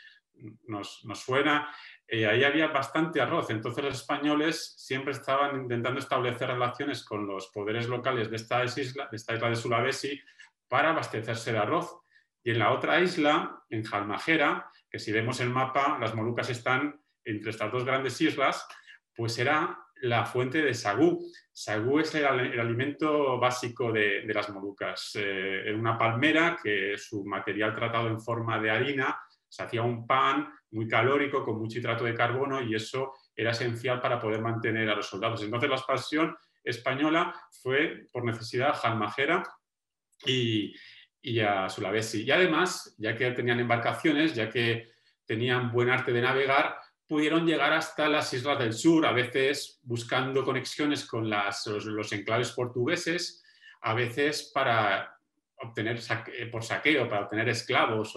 nos suena. Ahí había bastante arroz, entonces los españoles siempre estaban intentando establecer relaciones con los poderes locales de esta isla de Sulawesi para abastecerse de arroz. Y en la otra isla, en Halmahera, que si vemos el mapa, las Molucas están entre estas dos grandes islas, pues era la fuente de sagú. Sagú es el alimento básico de las Molucas. Era una palmera que su material tratado en forma de harina, se hacía un pan muy calórico con mucho hidrato de carbono y eso era esencial para poder mantener a los soldados. Entonces la expansión española fue por necesidad a Halmahera y a Sulawesi. Y además, ya que tenían embarcaciones, ya que tenían buen arte de navegar, pudieron llegar hasta las islas del sur, a veces buscando conexiones con los enclaves portugueses, a veces para obtener por saqueo, para obtener esclavos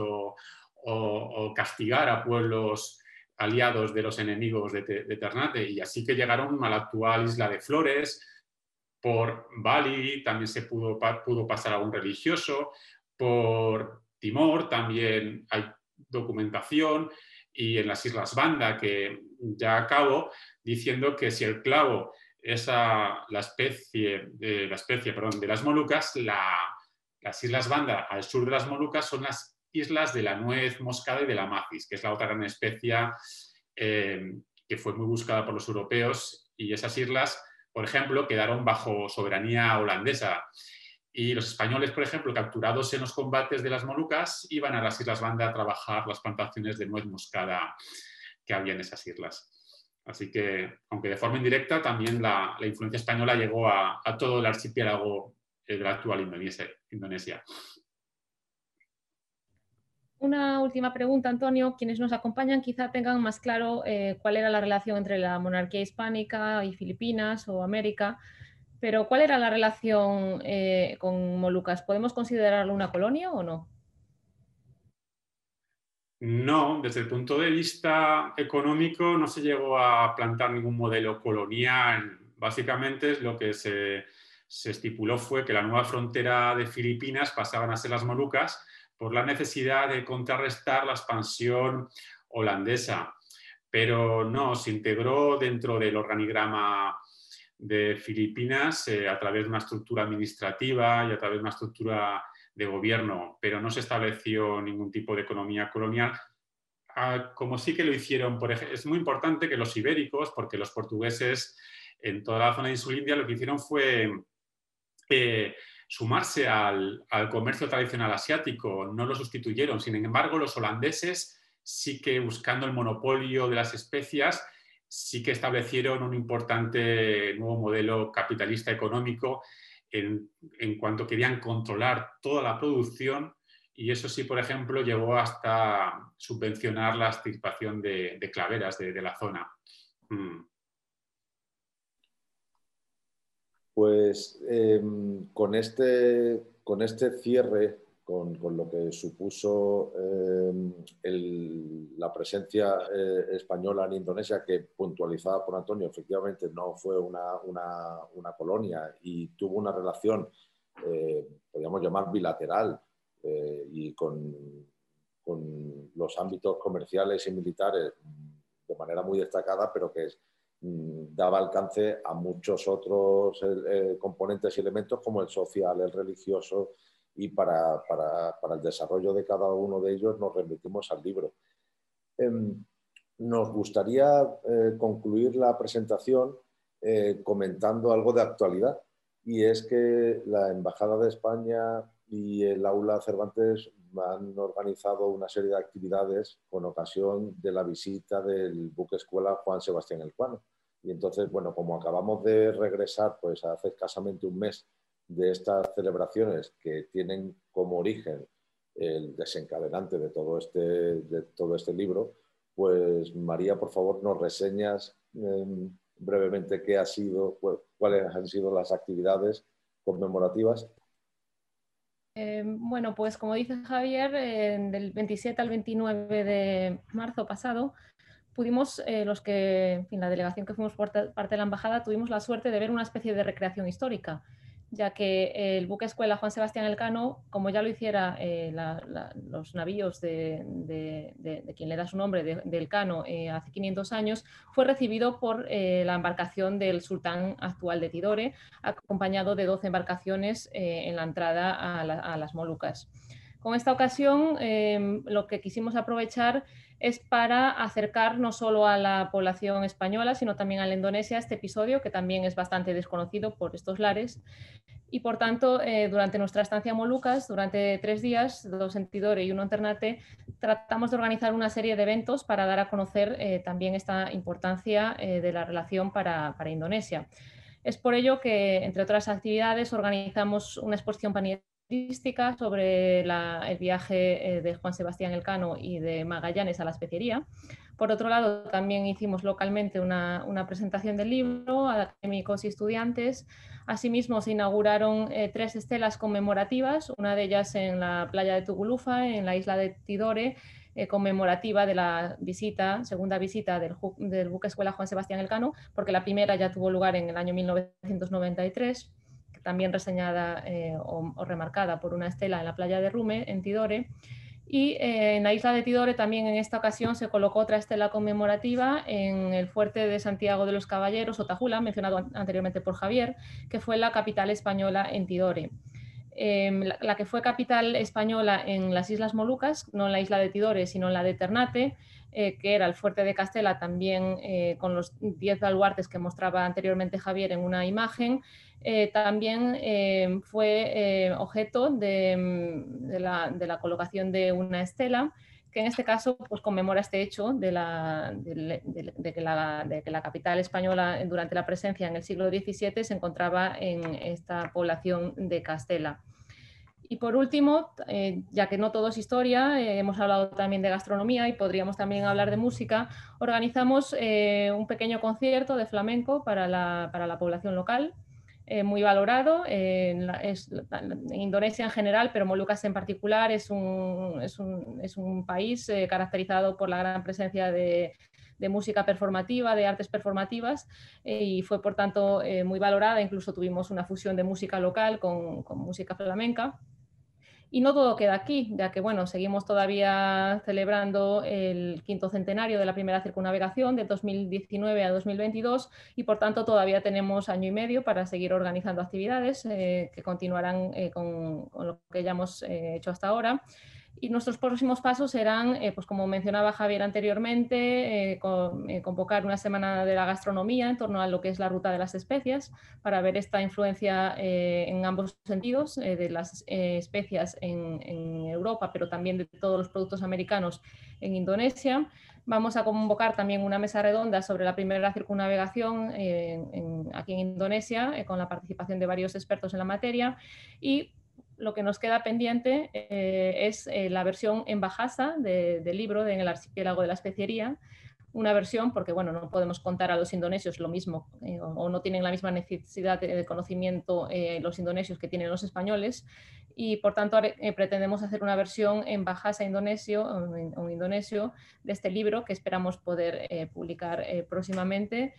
o castigar a pueblos aliados de los enemigos de Ternate. Y así que llegaron a la actual isla de Flores. Por Bali también se pudo pasar a un religioso. Por Timor también hay documentación. Y en las Islas Banda, que ya acabo diciendo que si el clavo es la especie de las Molucas, las Islas Banda al sur de las Molucas son las islas de la nuez moscada y de la macis, que es la otra gran especia que fue muy buscada por los europeos, y esas islas, por ejemplo, quedaron bajo soberanía holandesa. Y los españoles, por ejemplo, capturados en los combates de las Molucas, iban a las Islas Banda a trabajar las plantaciones de nuez moscada que había en esas islas. Así que, aunque de forma indirecta, también la influencia española llegó a todo el archipiélago de la actual Indonesia. Una última pregunta, Antonio. Quienes nos acompañan quizá tengan más claro cuál era la relación entre la monarquía hispánica y Filipinas o América, pero ¿cuál era la relación con Molucas? ¿Podemos considerarlo una colonia o no? No, desde el punto de vista económico no se llegó a plantar ningún modelo colonial. Básicamente lo que se estipuló fue que la nueva frontera de Filipinas pasaban a ser las Molucas por la necesidad de contrarrestar la expansión holandesa. Pero no, se integró dentro del organigrama de Filipinas a través de una estructura administrativa y a través de una estructura de gobierno, pero no se estableció ningún tipo de economía colonial, como sí que lo hicieron, por ejemplo. Es muy importante que los ibéricos, porque los portugueses en toda la zona de Insulindia lo que hicieron fue sumarse al comercio tradicional asiático, no lo sustituyeron. Sin embargo, los holandeses sí que, buscando el monopolio de las especias, sí que establecieron un importante nuevo modelo capitalista económico en cuanto querían controlar toda la producción, y eso sí, por ejemplo, llegó hasta subvencionar la extirpación de claveras de la zona. Pues con este cierre, con lo que supuso la presencia española en Indonesia, que, puntualizada por Antonio, efectivamente no fue una colonia y tuvo una relación, podríamos llamar bilateral, y con los ámbitos comerciales y militares de manera muy destacada, pero que daba alcance a muchos otros componentes y elementos, como el social, el religioso, y para el desarrollo de cada uno de ellos nos remitimos al libro. Nos gustaría concluir la presentación comentando algo de actualidad, y es que la Embajada de España y el Aula Cervantes han organizado una serie de actividades con ocasión de la visita del buque escuela Juan Sebastián Elcano. Y entonces, bueno, como acabamos de regresar pues hace escasamente un mes de estas celebraciones que tienen como origen el desencadenante de todo este libro, pues María, por favor, nos reseñas brevemente qué ha sido, cuáles han sido las actividades conmemorativas. Bueno, pues como dice Javier, del 27 al 29 de marzo pasado pudimos, la delegación que fuimos parte de la embajada, tuvimos la suerte de ver una especie de recreación histórica, ya que el buque escuela Juan Sebastián Elcano, como ya lo hiciera los navíos de quien le da su nombre, de Elcano, hace 500 años, fue recibido por la embarcación del sultán actual de Tidore, acompañado de 12 embarcaciones en la entrada a las Molucas. Con esta ocasión, lo que quisimos aprovechar es para acercar no solo a la población española, sino también a la indonesia este episodio, que también es bastante desconocido por estos lares. Y por tanto, durante nuestra estancia en Molucas, durante 3 días, 2 en Tidore y 1 en Ternate, tratamos de organizar una serie de eventos para dar a conocer también esta importancia de la relación para Indonesia. Es por ello que, entre otras actividades, organizamos una exposición panelística sobre el viaje de Juan Sebastián Elcano y de Magallanes a la especiería. Por otro lado, también hicimos localmente una presentación del libro a académicos y estudiantes. Asimismo, se inauguraron 3 estelas conmemorativas, una de ellas en la playa de Tugulufa, en la isla de Tidore, conmemorativa de la segunda visita del buque escuela Juan Sebastián Elcano, porque la primera ya tuvo lugar en el año 1993, también reseñada o remarcada por una estela en la playa de Rume, en Tidore. Y en la isla de Tidore también en esta ocasión se colocó otra estela conmemorativa en el fuerte de Santiago de los Caballeros, o Tajula, mencionado anteriormente por Javier, que fue la capital española en Tidore. la que fue capital española en las Islas Molucas, no en la isla de Tidore, sino en la de Ternate, que era el fuerte de Castela, también con los 10 baluartes que mostraba anteriormente Javier en una imagen. También fue objeto de la colocación de una estela, que en este caso pues, conmemora este hecho de que la capital española durante la presencia en el siglo XVII se encontraba en esta población de Castela. Y por último, ya que no todo es historia, hemos hablado también de gastronomía y podríamos también hablar de música, organizamos un pequeño concierto de flamenco para la población local, muy valorado en Indonesia en general, pero Molucas en particular es un país caracterizado por la gran presencia de música performativa, de artes performativas, y fue por tanto muy valorada. Incluso tuvimos una fusión de música local con música flamenca. Y no todo queda aquí, ya que bueno, seguimos todavía celebrando el 5º centenario de la primera circunnavegación de 2019 a 2022 y por tanto todavía tenemos año y medio para seguir organizando actividades que continuarán con lo que ya hemos hecho hasta ahora. Y nuestros próximos pasos serán, pues como mencionaba Javier anteriormente, convocar una semana de la gastronomía en torno a lo que es la ruta de las especias, para ver esta influencia en ambos sentidos, de las especias en Europa, pero también de todos los productos americanos en Indonesia. Vamos a convocar también una mesa redonda sobre la primera circunnavegación aquí en Indonesia, con la participación de varios expertos en la materia. Y lo que nos queda pendiente es la versión en Bahasa del libro En el archipiélago de la especiería. Una versión porque bueno, no podemos contar a los indonesios lo mismo o no tienen la misma necesidad de conocimiento los indonesios que tienen los españoles, y por tanto pretendemos hacer una versión en Bahasa indonesio o indonesio de este libro, que esperamos poder publicar próximamente.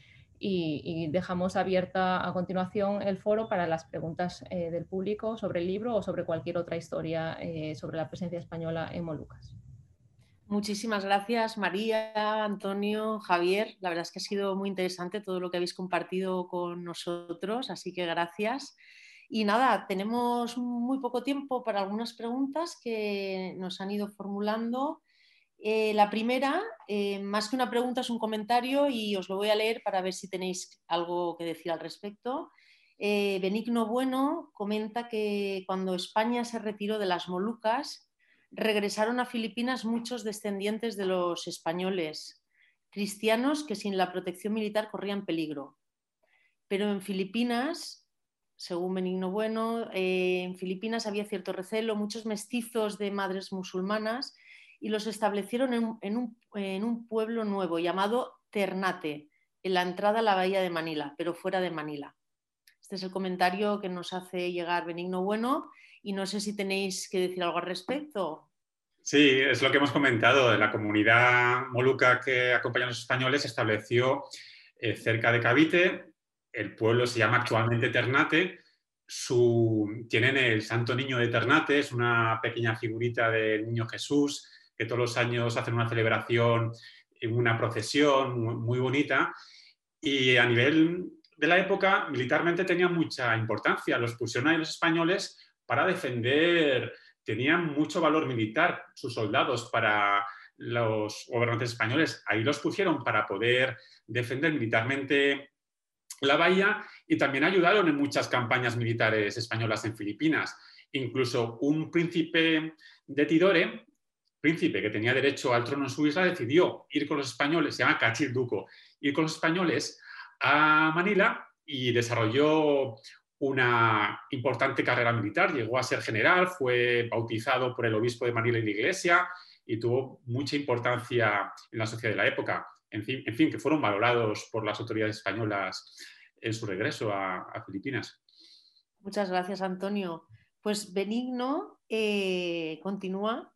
Y dejamos abierta a continuación el foro para las preguntas del público sobre el libro o sobre cualquier otra historia sobre la presencia española en Molucas. Muchísimas gracias, María, Antonio, Javier. La verdad es que ha sido muy interesante todo lo que habéis compartido con nosotros, así que gracias. Y nada, tenemos muy poco tiempo para algunas preguntas que nos han ido formulando. La primera, más que una pregunta, es un comentario y os lo voy a leer para ver si tenéis algo que decir al respecto. Benigno Bueno comenta que cuando España se retiró de las Molucas, regresaron a Filipinas muchos descendientes de los españoles, cristianos que sin la protección militar corrían peligro. Pero en Filipinas, según Benigno Bueno, en Filipinas había cierto recelo, muchos mestizos de madres musulmanas, y los establecieron en un pueblo nuevo llamado Ternate, en la entrada a la bahía de Manila, pero fuera de Manila. Este es el comentario que nos hace llegar Benigno Bueno y no sé si tenéis que decir algo al respecto. Sí, es lo que hemos comentado. La comunidad moluca que acompaña a los españoles se estableció cerca de Cavite. El pueblo se llama actualmente Ternate. Tienen el Santo Niño de Ternate, es una pequeña figurita del Niño Jesús, que todos los años hacen una celebración, una procesión muy bonita. Y a nivel de la época, militarmente tenía mucha importancia. Los pusieron ahí los españoles para defender, tenían mucho valor militar sus soldados para los gobernantes españoles. Ahí los pusieron para poder defender militarmente la bahía y también ayudaron en muchas campañas militares españolas en Filipinas. Incluso un príncipe de Tidore, príncipe que tenía derecho al trono en su isla, decidió ir con los españoles, se llama Cachir Duco, ir con los españoles a Manila y desarrolló una importante carrera militar. Llegó a ser general, fue bautizado por el obispo de Manila y la iglesia y tuvo mucha importancia en la sociedad de la época. En fin, que fueron valorados por las autoridades españolas en su regreso a Filipinas. Muchas gracias, Antonio. Pues Benigno continúa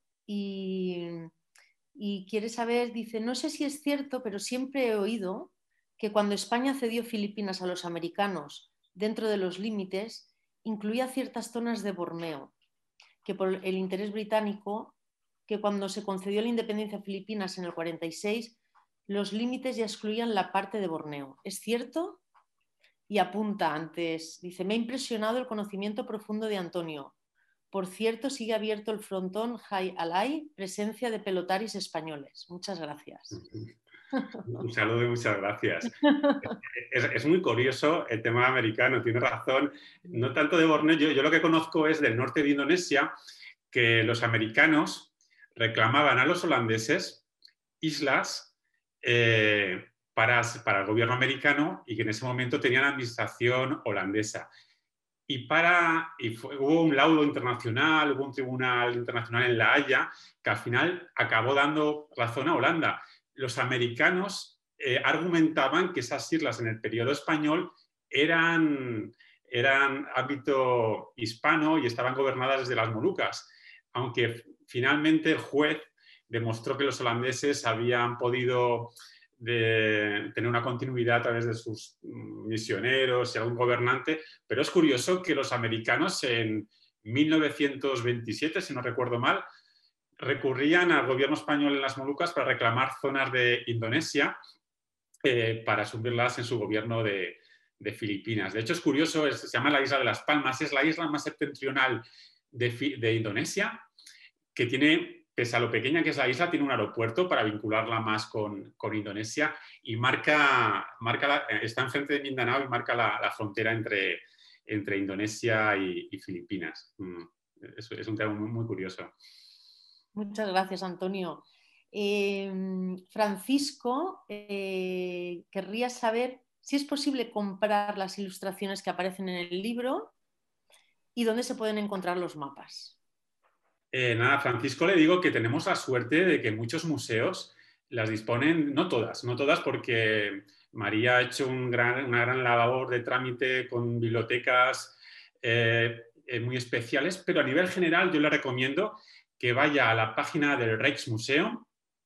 y quiere saber, dice, no sé si es cierto, pero siempre he oído que cuando España cedió Filipinas a los americanos dentro de los límites, incluía ciertas zonas de Borneo, que por el interés británico, que cuando se concedió la independencia a Filipinas en el 46, los límites ya excluían la parte de Borneo. ¿Es cierto? Y apunta antes, dice, me ha impresionado el conocimiento profundo de Antonio. Por cierto, sigue abierto el frontón Jai Alai, presencia de pelotaris españoles. Muchas gracias. Un saludo y muchas gracias. Es muy curioso el tema americano, tiene razón. No tanto de Borneo, yo lo que conozco es del norte de Indonesia, que los americanos reclamaban a los holandeses islas para el gobierno americano y que en ese momento tenían administración holandesa. Hubo un laudo internacional, hubo un tribunal internacional en La Haya que al final acabó dando razón a Holanda. Los americanos argumentaban que esas islas en el periodo español eran ámbito hispano y estaban gobernadas desde las Molucas, aunque finalmente el juez demostró que los holandeses habían podido tener una continuidad a través de sus misioneros y algún gobernante, pero es curioso que los americanos en 1927, si no recuerdo mal, recurrían al gobierno español en las Molucas para reclamar zonas de Indonesia para asumirlas en su gobierno de Filipinas. De hecho, es curioso, se llama la isla de Las Palmas, es la isla más septentrional de Indonesia, que tiene, pese a lo pequeña que es la isla, tiene un aeropuerto para vincularla más con Indonesia y está enfrente de Mindanao y marca la frontera entre Indonesia y Filipinas. Es un tema muy curioso. Muchas gracias, Antonio. Francisco, querría saber si es posible comprar las ilustraciones que aparecen en el libro y dónde se pueden encontrar los mapas. Nada, Francisco, le digo que tenemos la suerte de que muchos museos las disponen, no todas porque María ha hecho una gran labor de trámite con bibliotecas muy especiales, pero a nivel general yo le recomiendo que vaya a la página del Rijksmuseum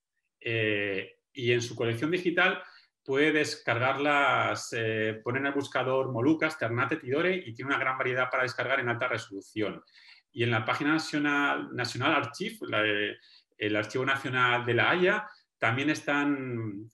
y en su colección digital puede descargarlas, poner en el buscador Molucas, Ternate, Tidore y tiene una gran variedad para descargar en alta resolución. Y en la página National Archive, el Archivo Nacional de La Haya, también están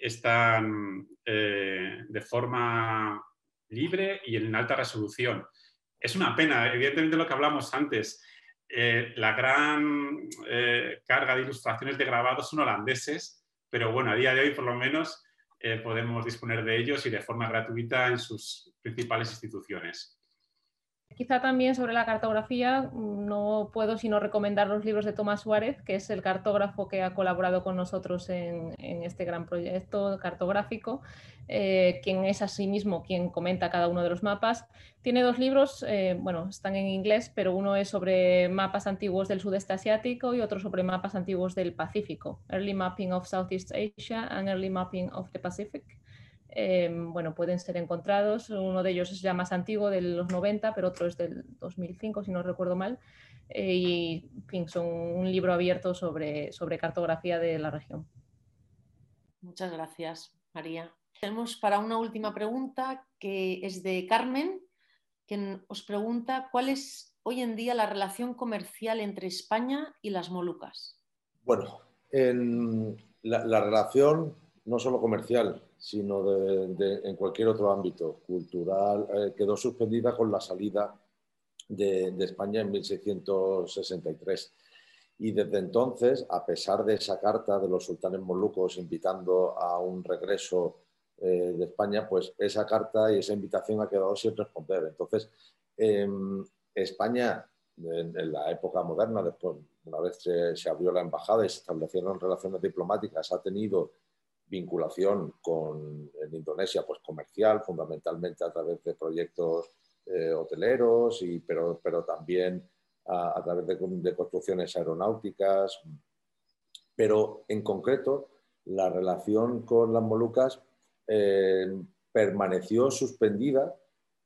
de forma libre y en alta resolución. Es una pena, evidentemente lo que hablamos antes, la gran carga de ilustraciones de grabados son holandeses, pero bueno, a día de hoy por lo menos podemos disponer de ellos y de forma gratuita en sus principales instituciones. Quizá también sobre la cartografía no puedo sino recomendar los libros de Tomás Suárez, que es el cartógrafo que ha colaborado con nosotros en este gran proyecto cartográfico, quien es asimismo quien comenta cada uno de los mapas. Tiene dos libros, bueno, están en inglés, pero uno es sobre mapas antiguos del sudeste asiático y otro sobre mapas antiguos del Pacífico, Early Mapping of Southeast Asia and Early Mapping of the Pacific. Bueno, pueden ser encontrados. Uno de ellos es ya más antiguo, de los 90, pero otro es del 2005, si no recuerdo mal. Y, en fin, son un libro abierto sobre cartografía de la región. Muchas gracias, María. Tenemos para una última pregunta que es de Carmen, que os pregunta ¿cuál es hoy en día la relación comercial entre España y las Molucas? Bueno, la relación no solo comercial, sino en cualquier otro ámbito cultural, quedó suspendida con la salida de España en 1663. Y desde entonces, a pesar de esa carta de los sultanes molucos invitando a un regreso de España, pues esa carta y esa invitación ha quedado sin responder. Entonces, España, en la época moderna, después, una vez se abrió la embajada y se establecieron relaciones diplomáticas, ha tenido vinculación en Indonesia, pues comercial, fundamentalmente a través de proyectos hoteleros, pero también a través de construcciones aeronáuticas. Pero en concreto, la relación con las Molucas permaneció suspendida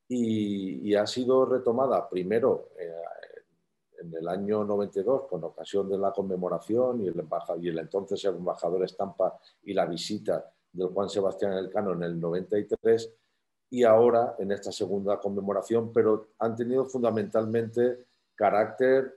y ha sido retomada primero en el año 92 con ocasión de la conmemoración y el entonces embajador Estampa y la visita del Juan Sebastián Elcano en el 93 y ahora en esta segunda conmemoración, pero han tenido fundamentalmente carácter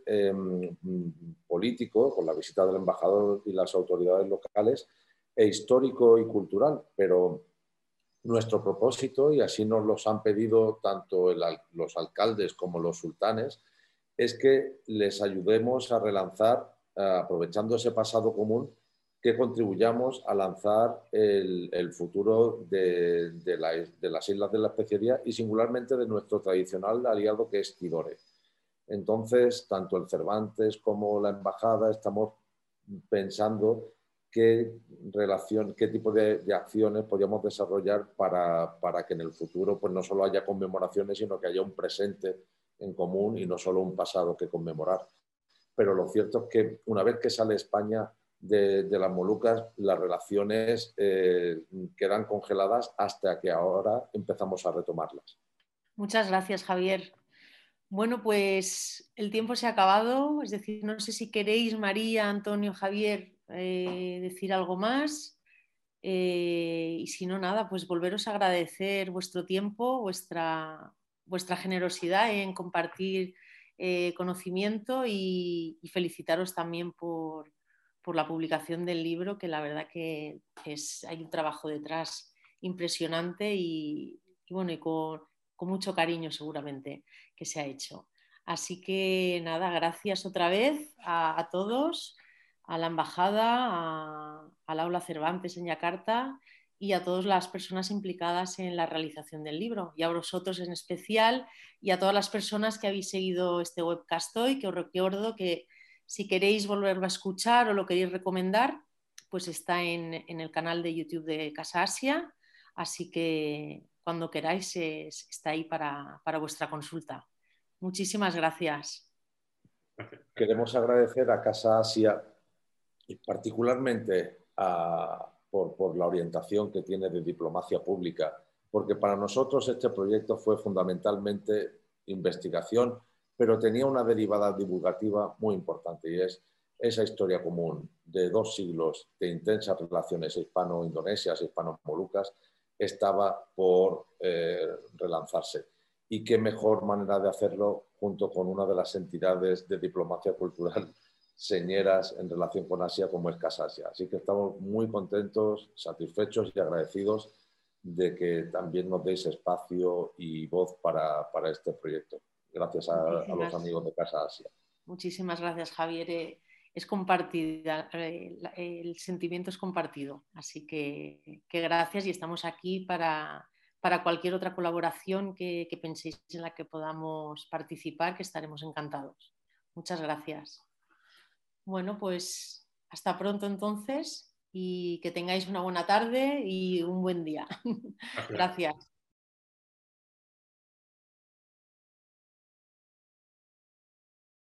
político con la visita del embajador y las autoridades locales e histórico y cultural, pero nuestro propósito, y así nos los han pedido tanto los alcaldes como los sultanes, es que les ayudemos a relanzar, aprovechando ese pasado común, que contribuyamos a lanzar el futuro de las Islas de la Especiería y singularmente de nuestro tradicional aliado que es Tidore. Entonces, tanto el Cervantes como la Embajada estamos pensando qué tipo de acciones podríamos desarrollar para que en el futuro pues, no solo haya conmemoraciones, sino que haya un presente en común y no solo un pasado que conmemorar. Pero lo cierto es que una vez que sale España de las Molucas, las relaciones quedan congeladas hasta que ahora empezamos a retomarlas. Muchas gracias, Javier. Bueno, pues el tiempo se ha acabado, es decir, no sé si queréis, María, Antonio, Javier, decir algo más. Y si no, nada, pues volveros a agradecer vuestro tiempo, vuestra generosidad en compartir conocimiento y felicitaros también por la publicación del libro, que la verdad que hay un trabajo detrás impresionante y bueno, y con mucho cariño seguramente que se ha hecho. Así que nada, gracias otra vez a todos, a la Embajada, al Aula Cervantes en Yakarta y a todas las personas implicadas en la realización del libro, y a vosotros en especial, y a todas las personas que habéis seguido este webcast hoy, que os recuerdo que si queréis volverlo a escuchar o lo queréis recomendar, pues está en el canal de YouTube de Casa Asia, así que cuando queráis está ahí para vuestra consulta. Muchísimas gracias. Queremos agradecer a Casa Asia y particularmente por la orientación que tiene de diplomacia pública, porque para nosotros este proyecto fue fundamentalmente investigación, pero tenía una derivada divulgativa muy importante y es esa historia común de 2 siglos de intensas relaciones hispano-indonesias, hispano-molucas, estaba por relanzarse. Y qué mejor manera de hacerlo junto con una de las entidades de diplomacia cultural señeras en relación con Asia como es Casa Asia. Así que estamos muy contentos, satisfechos y agradecidos de que también nos deis espacio y voz para este proyecto. Gracias a los amigos de Casa Asia. Muchísimas gracias, Javier. Es compartida, el sentimiento es compartido. Así que gracias y estamos aquí para cualquier otra colaboración que penséis en la que podamos participar, que estaremos encantados. Muchas gracias. Bueno, pues hasta pronto entonces y que tengáis una buena tarde y un buen día. Gracias.